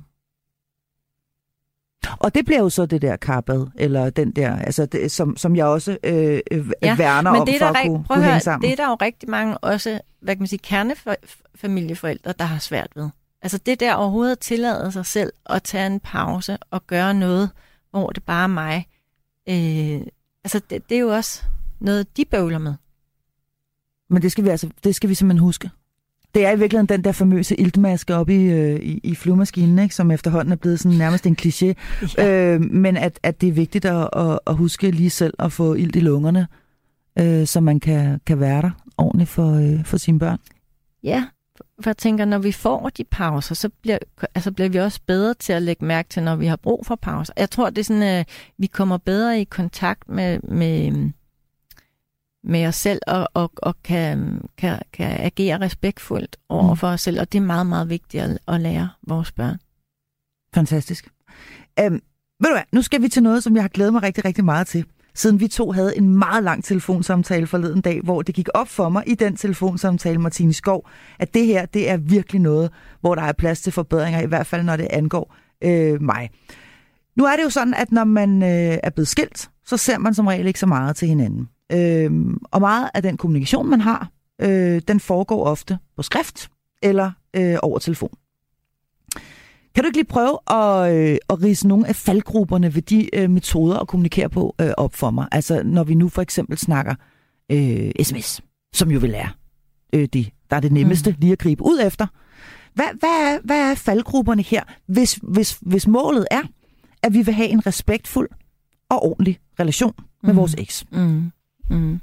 Og det bliver jo så det der karbad, eller den der, altså det, som, som jeg også øh, ja, værner om for at rigt, kunne, kunne hænge sammen. Det er der jo rigtig mange også, hvad kan man sige, kernefamilieforældre, der har svært ved. Altså det der overhovedet at tillade sig selv at tage en pause og gøre noget, hvor det bare er mig. Øh, altså det, det er jo også noget, de bøvler med. Men det skal vi altså, det skal vi simpelthen huske. Det er i virkeligheden den der famøse iltmaske oppe i, øh, i, i flyvemaskinen, ikke? Som efterhånden er blevet sådan nærmest en kliché. Ja. Øh, men at, at det er vigtigt at, at, at huske lige selv at få ilt i lungerne, øh, så man kan, kan være der ordentligt for, øh, for sine børn. Ja, for jeg tænker, når vi får de pauser, så bliver, altså bliver vi også bedre til at lægge mærke til, når vi har brug for pauser. Jeg tror, det er sådan, at vi kommer bedre i kontakt med... med med os selv, og, og, og kan, kan, kan agere respektfuldt over for os selv, og det er meget, meget vigtigt at, at lære vores børn. Fantastisk. Øhm, ved du hvad, nu skal vi til noget, som jeg har glædet mig rigtig, rigtig meget til, siden vi to havde en meget lang telefonsamtale forleden dag, hvor det gik op for mig i den telefonsamtale, Martine Skov, at det her, det er virkelig noget, hvor der er plads til forbedringer, i hvert fald når det angår øh, mig. Nu er det jo sådan, at når man øh, er blevet skilt, så ser man som regel ikke så meget til hinanden. Øhm, og meget af den kommunikation, man har, øh, den foregår ofte på skrift eller øh, over telefon. Kan du ikke lige prøve at, øh, at ridse nogle af faldgrupperne ved de øh, metoder at kommunikere på øh, op for mig? Altså når vi nu for eksempel snakker øh, sms, som jo vil være øh, det, der er det nemmeste mm. lige at gribe ud efter. Hvad, hvad, er, hvad er faldgrupperne her, hvis, hvis, hvis målet er, at vi vil have en respektfuld og ordentlig relation med mm. vores eks? Mm. Mm.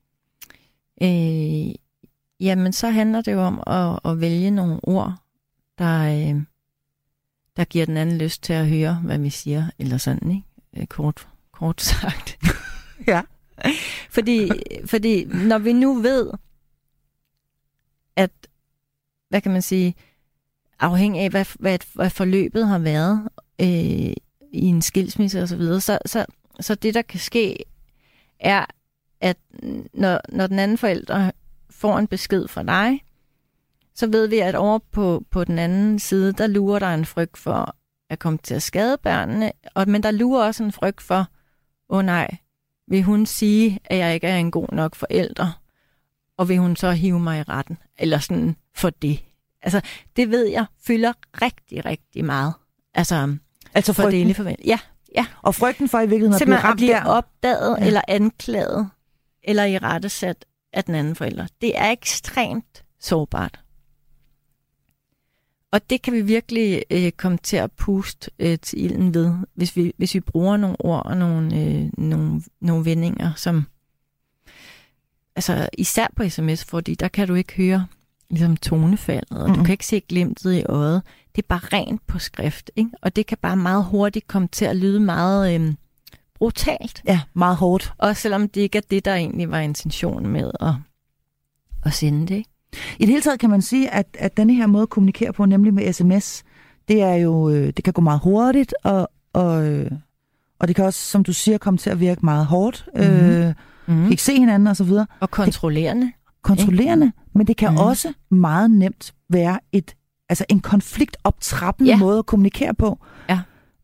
Øh, jamen, så handler det jo om at, at vælge nogle ord, der, øh, der giver den anden lyst til at høre, hvad vi siger, eller sådan, ikke? Øh, kort, kort sagt. Ja. fordi, fordi når vi nu ved, at, hvad kan man sige, afhængig af, hvad, hvad, hvad forløbet har været øh, i en skilsmisse og så videre, så, så, så det, der kan ske, er, at når, når den anden forælder får en besked fra dig, så ved vi, at over på, på den anden side, der lurer der en frygt for at komme til at skade børnene, og, men der lurer også en frygt for, åh oh nej, vil hun sige, at jeg ikke er en god nok forælder, og vil hun så hive mig i retten, eller sådan for det. Altså, det ved jeg fylder rigtig, rigtig meget. Altså, altså for dele forvent. Ja, ja. Og frygten for i virkeligheden at blive ramt blive der. opdaget ja. eller anklaget, eller i rettesat af den anden forælder. Det er ekstremt sårbart. Og det kan vi virkelig øh, komme til at puste øh, til ilden ved, hvis vi, hvis vi bruger nogle ord og nogle, øh, nogle, nogle vendinger, som altså især på sms, fordi der kan du ikke høre ligesom tonefaldet, og mm-hmm. du kan ikke se glimtet i øjet. Det er bare rent på skrift, ikke? Og det kan bare meget hurtigt komme til at lyde meget øh, brutalt. Ja, meget hårdt. Også selvom det ikke er det, der egentlig var intentionen med at, at sende det. Ikke? I det hele taget kan man sige, at, at denne her måde at kommunikere på, nemlig med sms, det er jo, det kan gå meget hurtigt, og, og, og det kan også, som du siger, komme til at virke meget hårdt. Mm-hmm. Øh, mm-hmm. Ikke se hinanden og så videre. Og kontrollerende. Det, kontrollerende, ikke? Men det kan mm-hmm. også meget nemt være et, altså en konfliktoptrappende ja. måde at kommunikere på. Ja.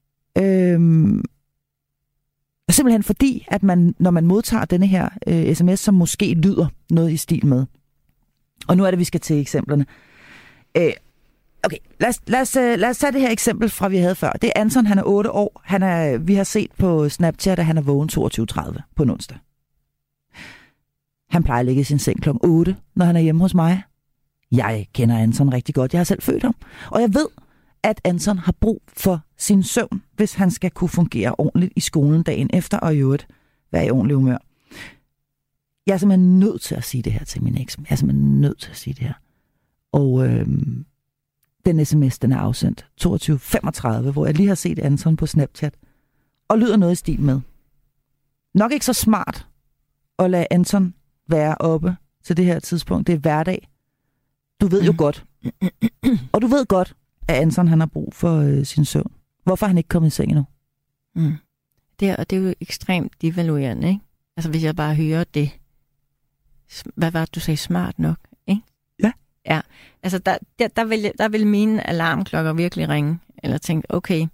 Øhm, simpelthen fordi, at man, når man modtager denne her øh, sms, som måske lyder noget i stil med. Og nu er det, vi skal til eksemplerne. Øh, okay, lad os, lad, os, lad os tage det her eksempel fra, vi havde før. Det er Anton, han er otte år. Han er, vi har set på Snapchat, at han er vågen toogtyve tredive på en onsdag. Han plejer at ligge i sin seng klokken otte, når han er hjemme hos mig. Jeg kender Anton rigtig godt. Jeg har selv født ham. Og jeg ved, at Anton har brug for sin søvn, hvis han skal kunne fungere ordentligt i skolen dagen efter, og i øvrigt være i ordentlig humør. Jeg er simpelthen nødt til at sige det her til min eks. Jeg er simpelthen nødt til at sige det her. Og øhm, den sms, den er afsendt toogtyve femogtredive, hvor jeg lige har set Anton på Snapchat, og lyder noget i stil med. Nok ikke så smart at lade Anton være oppe til det her tidspunkt. Det er hverdag. Du ved jo mm. godt. Og du ved godt, at Anton han har brug for øh, sin søvn. Hvorfor er han ikke kommet i seng endnu? Mm. Det, er, det er jo ekstremt devaluerende, ikke? Altså hvis jeg bare hører det. Hvad var det, du sagde? Smart nok, ikke? Ja. Ja, altså der, der, der, vil, der vil mine alarmklokker virkelig ringe. Eller tænke, okay,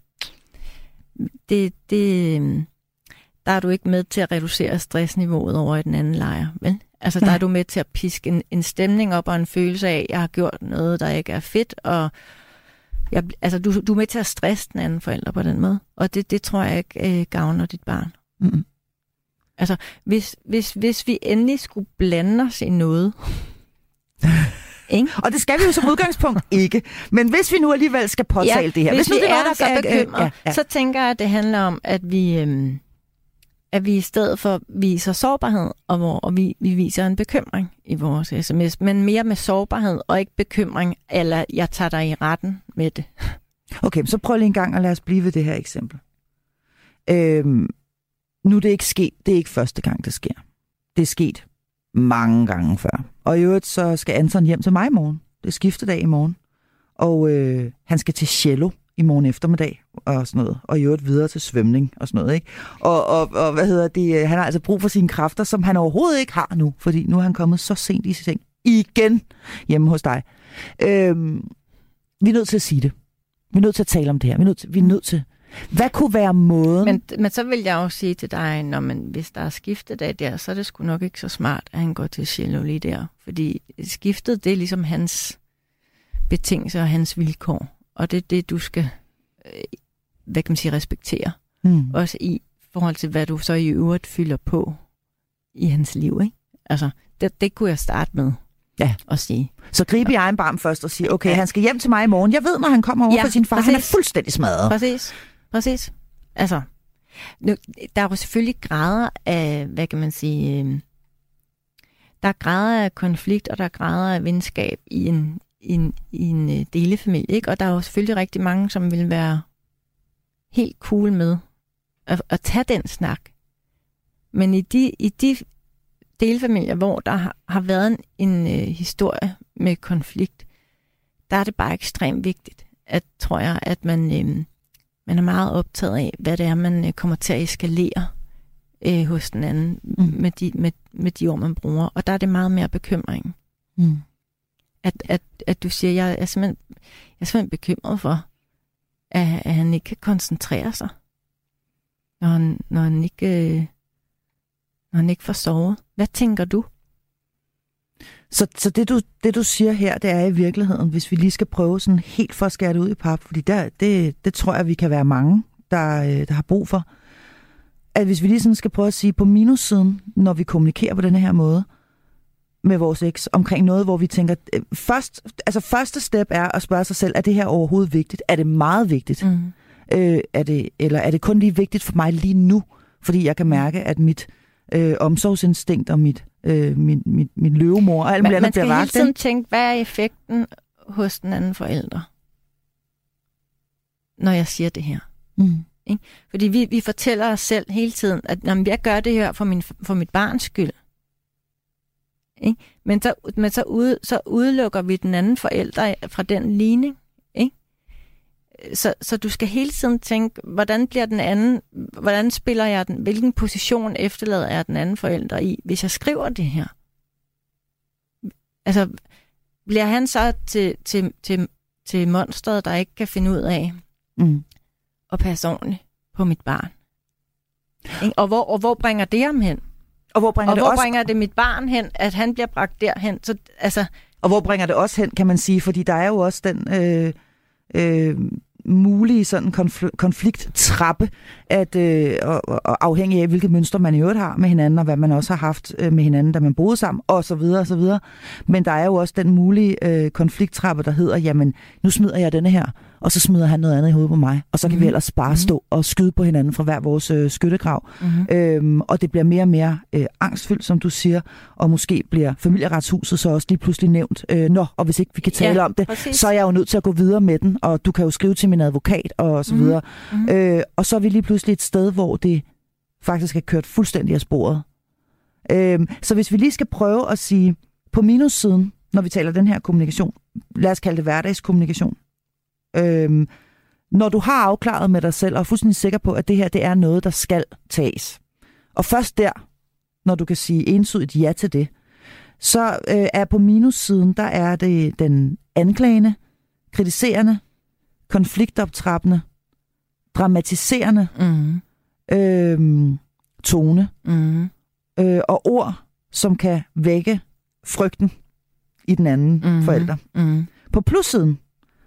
det, det, der er du ikke med til at reducere stressniveauet over i den anden lejr, vel? Altså, der ja. er du med til at piske en, en stemning op og en følelse af, at jeg har gjort noget, der ikke er fedt, og jeg, altså, du, du er med til at stresse den anden forælder på den måde, og det, det tror jeg ikke øh, gavner dit barn. Mm-hmm. Altså, hvis, hvis, hvis vi endelig skulle blande os i noget, ikke? Og det skal vi jo som udgangspunkt ikke, men hvis vi nu alligevel skal påtale ja, det her, hvis, hvis nu vi det er er noget, så bekymret, ja, ja. så tænker jeg, at det handler om, at vi... Øh, at vi i stedet for viser sårbarhed, og, hvor, og vi, vi viser en bekymring i vores sms, men mere med sårbarhed og ikke bekymring, eller jeg tager dig i retten med det. Okay, så prøv lige en gang at lade os blive ved det her eksempel. Øhm, nu er det ikke sket, det er ikke første gang, det sker. Det er sket mange gange før. Og i øvrigt så skal Anton hjem til mig i morgen. Det er skiftedag i morgen. Og øh, han skal til cello i morgen eftermiddag og sådan noget, og i øvrigt videre til svømning og sådan noget, ikke? Og, og, og hvad hedder det, han har altså brug for sine kræfter, som han overhovedet ikke har nu, fordi nu er han kommet så sent i sin seng igen hjemme hos dig. Øhm, vi er nødt til at sige det. Vi er nødt til at tale om det her. Vi er nødt til, vi er nødt til. Hvad kunne være måden? Men, men så vil jeg jo sige til dig, når man, hvis der er skiftedag der, så er det sgu nok ikke så smart, at han går til cello lige der, fordi skiftet, det er ligesom hans betingelser og hans vilkår. Og det er det, du skal, øh, hvad kan man sige, respektere. Mm. Også i forhold til, hvad du så i øvrigt fylder på i hans liv, ikke? Altså, det, det kunne jeg starte med ja. at sige. Så gribe i egen barm først og sige, okay, ja. han skal hjem til mig i morgen. Jeg ved, når han kommer over ja, for sin far, præcis. Han er fuldstændig smadret. Præcis, præcis. Altså, nu, der er jo selvfølgelig grader af, hvad kan man sige, øh, der er grader af konflikt, og der er grader af venskab i en i en, i en uh, delefamilie, ikke? Og der er jo selvfølgelig rigtig mange, som vil være helt cool med at, at tage den snak. Men i de, i de delefamilier, hvor der har, har været en, en uh, historie med konflikt, der er det bare ekstremt vigtigt, at tror jeg, at man, uh, man er meget optaget af, hvad det er, man uh, kommer til at eskalere uh, hos den anden mm. med, de, med, med de ord, man bruger. Og der er det meget mere bekymring. Mm. At, at, at du siger, jeg er simpelthen, jeg er simpelthen bekymret for, at, at han ikke kan koncentrere sig, når han, når han ikke, når han ikke får sovet. Hvad tænker du? Så, så det, du, det du siger her, det er i virkeligheden, hvis vi lige skal prøve sådan helt for at skære det ud i pap, fordi der, det, det tror jeg, vi kan være mange, der, der har brug for, at hvis vi lige sådan skal prøve at sige på minussiden, når vi kommunikerer på denne her måde, med vores eks, omkring noget, hvor vi tænker, først, altså første step er at spørge sig selv, er det her overhovedet vigtigt? Er det meget vigtigt? Mm. Øh, er det, eller er det kun lige vigtigt for mig lige nu? Fordi jeg kan mærke, at mit øh, omsorgsinstinkt og mit, øh, min, mit, min løvemor og alt muligt andet bliver vagt. Man skal hele tiden tænke, hvad er effekten hos den anden forælder, når jeg siger det her? Mm. Ikke? Fordi vi, vi fortæller os selv hele tiden, at jamen, jeg gør det her for, min, for mit barns skyld. Ikke? Men, så, men så, ud, så udelukker vi den anden forælder fra den ligning. Ikke? Så, så du skal hele tiden tænke, hvordan bliver den anden, hvordan spiller jeg den, hvilken position efterlader jeg den anden forælder i, hvis jeg skriver det her? Altså, bliver han så til, til, til, til monsteret, der ikke kan finde ud af mm. at passe ordentligt på mit barn? Ikke? Og, hvor, og hvor bringer det ham hen? Og hvor bringer, og det, hvor også... bringer det mit barn hen, at han bliver bragt derhen? Så, altså... Og hvor bringer det også hen, kan man sige? Fordi der er jo også den øh, øh, mulige sådan konfl- konflikttrappe, at, øh, og, og afhængig af, hvilket mønster man i øvrigt har med hinanden, og hvad man også har haft øh, med hinanden, da man boede sammen, og så videre, og så videre. Men der er jo også den mulige øh, konflikttrappe, der hedder, jamen, nu smider jeg denne her, og så smider han noget andet i hovedet på mig, og så kan mm-hmm. vi ellers bare stå og skyde på hinanden fra hver vores øh, skyttegrav. Mm-hmm. Øhm, og det bliver mere og mere øh, angstfyldt, som du siger, og måske bliver familieretshuset så også lige pludselig nævnt. Øh, Nå, og hvis ikke vi kan tale ja, om det, præcis. Så er jeg jo nødt til at gå videre med den, og du kan jo skrive til min advokat, og så videre. Mm-hmm. Øh, og så er vi lige pludselig et sted, hvor det faktisk er kørt fuldstændig af sporet. Øh, så hvis vi lige skal prøve at sige, på minussiden, når vi taler den her kommunikation, lad os kalde det hverdagskommunikation, Øhm, når du har afklaret med dig selv og er fuldstændig sikker på, at det her det er noget, der skal tages. Og først der, når du kan sige entydigt ja til det, så øh, er på minussiden, der er det den anklagende, kritiserende, konfliktoptrappende, dramatiserende mm. øh, tone mm. øh, og ord, som kan vække frygten i den anden mm. forælder. Mm. På plussiden,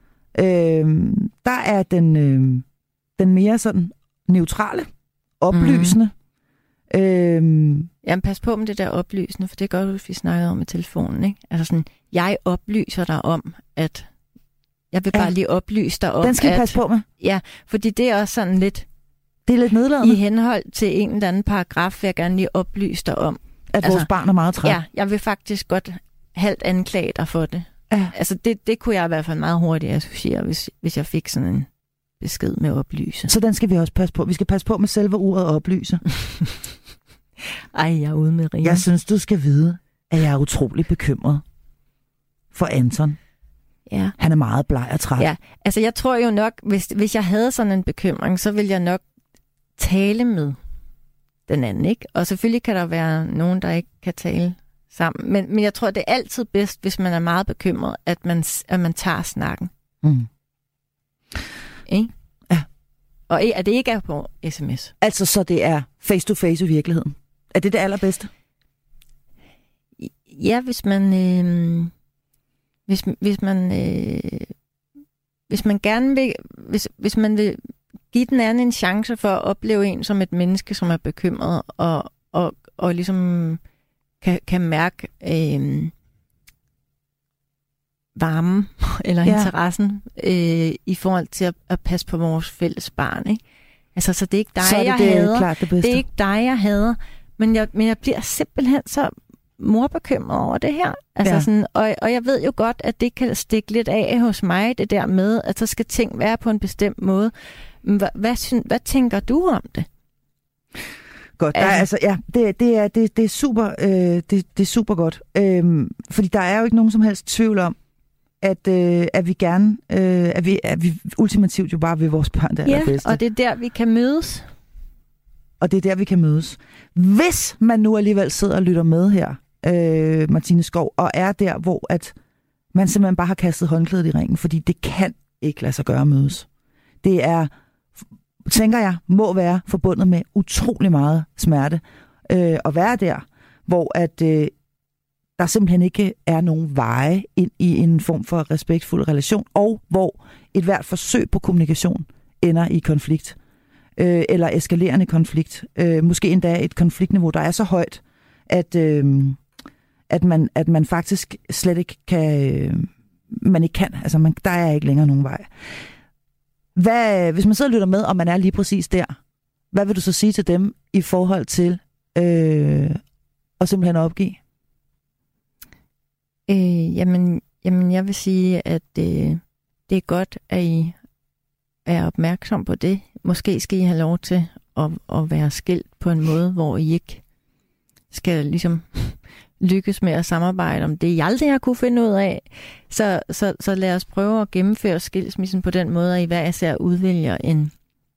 Øh, der er den, øh, den mere sådan neutrale, oplysende. Mm. Øh, Jamen pas på med det der oplysende, for det gør du, hvis vi snakkede om i telefonen, ikke? Altså sådan, jeg oplyser dig om, at jeg vil bare ja. lige oplyse dig om, den skal at, passe på med. Ja, fordi det er også sådan lidt, det er lidt nedladende. I henhold til en eller anden paragraf, vil jeg gerne lige oplyse dig om. At altså, vores barn er meget træt. Ja, jeg vil faktisk godt halvt anklage dig for det. Ja. Altså det, det kunne jeg i hvert fald meget hurtigt associere, hvis, hvis jeg fik sådan en besked med at oplyse. Så den skal vi også passe på. Vi skal passe på med selve ordet oplyse. Ej, jeg er ude med Ria. Jeg synes, du skal vide, at jeg er utrolig bekymret for Anton. Ja. Han er meget bleg og træt. Ja, altså jeg tror jo nok, hvis, hvis jeg havde sådan en bekymring, så ville jeg nok tale med den anden, ikke? Og selvfølgelig kan der være nogen, der ikke kan tale sammen. Men, men jeg tror, det er altid bedst, hvis man er meget bekymret, at man, at man tager snakken. Mm. Ikke? Ja. Og at det ikke er på sms. Altså, så det er face-to-face i virkeligheden. Er det det allerbedste? Ja, hvis man... Øh, hvis, hvis man... Øh, hvis man gerne vil... Hvis, hvis man vil give den anden en chance for at opleve en som et menneske, som er bekymret, og, og, og ligesom... Kan, kan mærke øh, varmen eller ja. interessen øh, i forhold til at, at passe på vores fælles barn. Ikke? Altså, så det er ikke dig, så er det jeg det, hader. Klart det, bedste. Det er ikke dig, jeg hader. Men jeg, men jeg bliver simpelthen så morbekymret over det her. Altså, ja. sådan, og, og jeg ved jo godt, at det kan stikke lidt af hos mig, det der med, at så skal ting være på en bestemt måde. Hvad, hvad, hvad tænker du om det? Godt. Der er, altså, ja, det, det, er, det, det, er super, øh, det, det er super godt. Øhm, fordi der er jo ikke nogen som helst tvivl om, at, øh, at vi gerne, øh, at, vi, at vi ultimativt jo bare vil vores børn det allerbedste. Ja, og det er der, vi kan mødes. Og det er der, vi kan mødes. Hvis man nu alligevel sidder og lytter med her, øh, Martine Skov, og er der, hvor at man simpelthen bare har kastet håndklædet i ringen, fordi det kan ikke lade sig gøre at mødes. Det er... tænker jeg, må være forbundet med utrolig meget smerte øh, at være der, hvor at øh, der simpelthen ikke er nogen veje ind i en form for respektfuld relation, og hvor et hvert forsøg på kommunikation ender i konflikt, øh, eller eskalerende konflikt. Øh, måske endda et konfliktniveau, der er så højt, at, øh, at, man, at man faktisk slet ikke kan, øh, man ikke kan, altså man, der er ikke længere nogen vej. Hvad, hvis man sidder og lytter med, og man er lige præcis der, hvad vil du så sige til dem i forhold til øh, at simpelthen opgive? Øh, jamen, jamen, jeg vil sige, at øh, det er godt, at I er opmærksom på det. måske skal I have lov til at, at være skilt på en måde, hvor I ikke skal ligesom lykkes med at samarbejde om det, I aldrig har kunne finde ud af. Så, så, så lad os prøve at gennemføre skilsmissen på den måde, at I hver især udvælger en,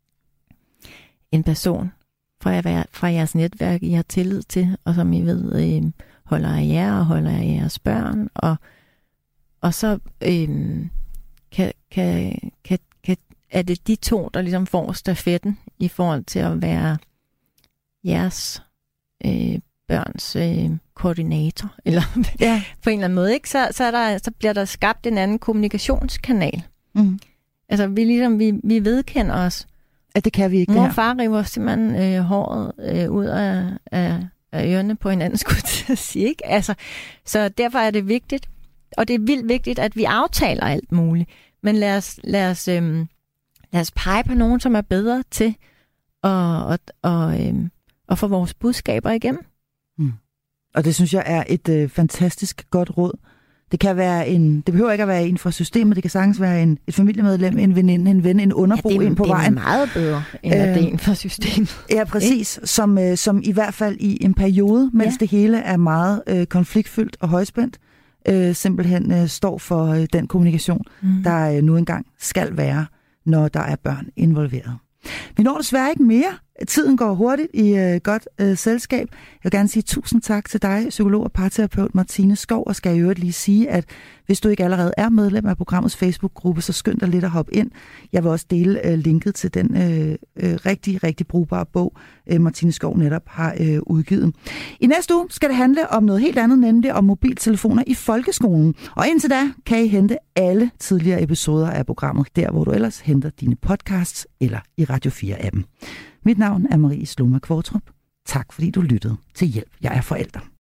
en person fra, fra jeres netværk, I har tillid til, og som I ved øh, holder af jer og holder af jeres børn. Og, og så øh, kan, kan, kan, kan, er det de to, der ligesom får stafetten i forhold til at være jeres øh, børns øh, koordinator, eller ja. på en eller anden måde, ikke? Så, så, er der, så bliver der skabt en anden kommunikationskanal. Mm. Altså, vi, ligesom, vi, vi vedkender os. At det kan vi ikke. Mor og far river simpelthen øh, håret øh, ud af, af, af ørerne på hinanden, skulle jeg sige, ikke? Altså, så derfor er det vigtigt, og det er vildt vigtigt, at vi aftaler alt muligt. Men lad os, lad os, øh, lad os pege på nogen, som er bedre til at, og, og, øh, at få vores budskaber igennem. Mm. Og det synes jeg er et øh, fantastisk godt råd. Det kan være en, det behøver ikke at være en fra systemet, det kan sagtens være en, et familiemedlem, en veninde, en ven, en underbo, ja, en på vejen. Det er meget bedre, end at øh, det er en fra systemet. Ja, præcis. Som, øh, som i hvert fald i en periode, mens ja. det hele er meget øh, konfliktfyldt og højspændt, øh, simpelthen øh, står for øh, den kommunikation, mm. der øh, nu engang skal være, når der er børn involveret. Vi når desværre ikke mere. Tiden går hurtigt i øh, godt øh, selskab. Jeg vil gerne sige tusind tak til dig, psykolog og parterapeut Martine Skov, og skal i øvrigt lige sige, at hvis du ikke allerede er medlem af programmets Facebook-gruppe, så skynd dig lidt at hoppe ind. Jeg vil også dele øh, linket til den øh, øh, rigtig, rigtig brugbare bog, øh, Martine Skov netop har øh, udgivet. I næste uge skal det handle om noget helt andet, nemlig om mobiltelefoner i folkeskolen. Og indtil da kan I hente alle tidligere episoder af programmet, der hvor du ellers henter dine podcasts eller i Radio fire-appen. Mit navn er Marie Sloma Kvartrup. Tak fordi du lyttede til Hjælp, jeg er forælder.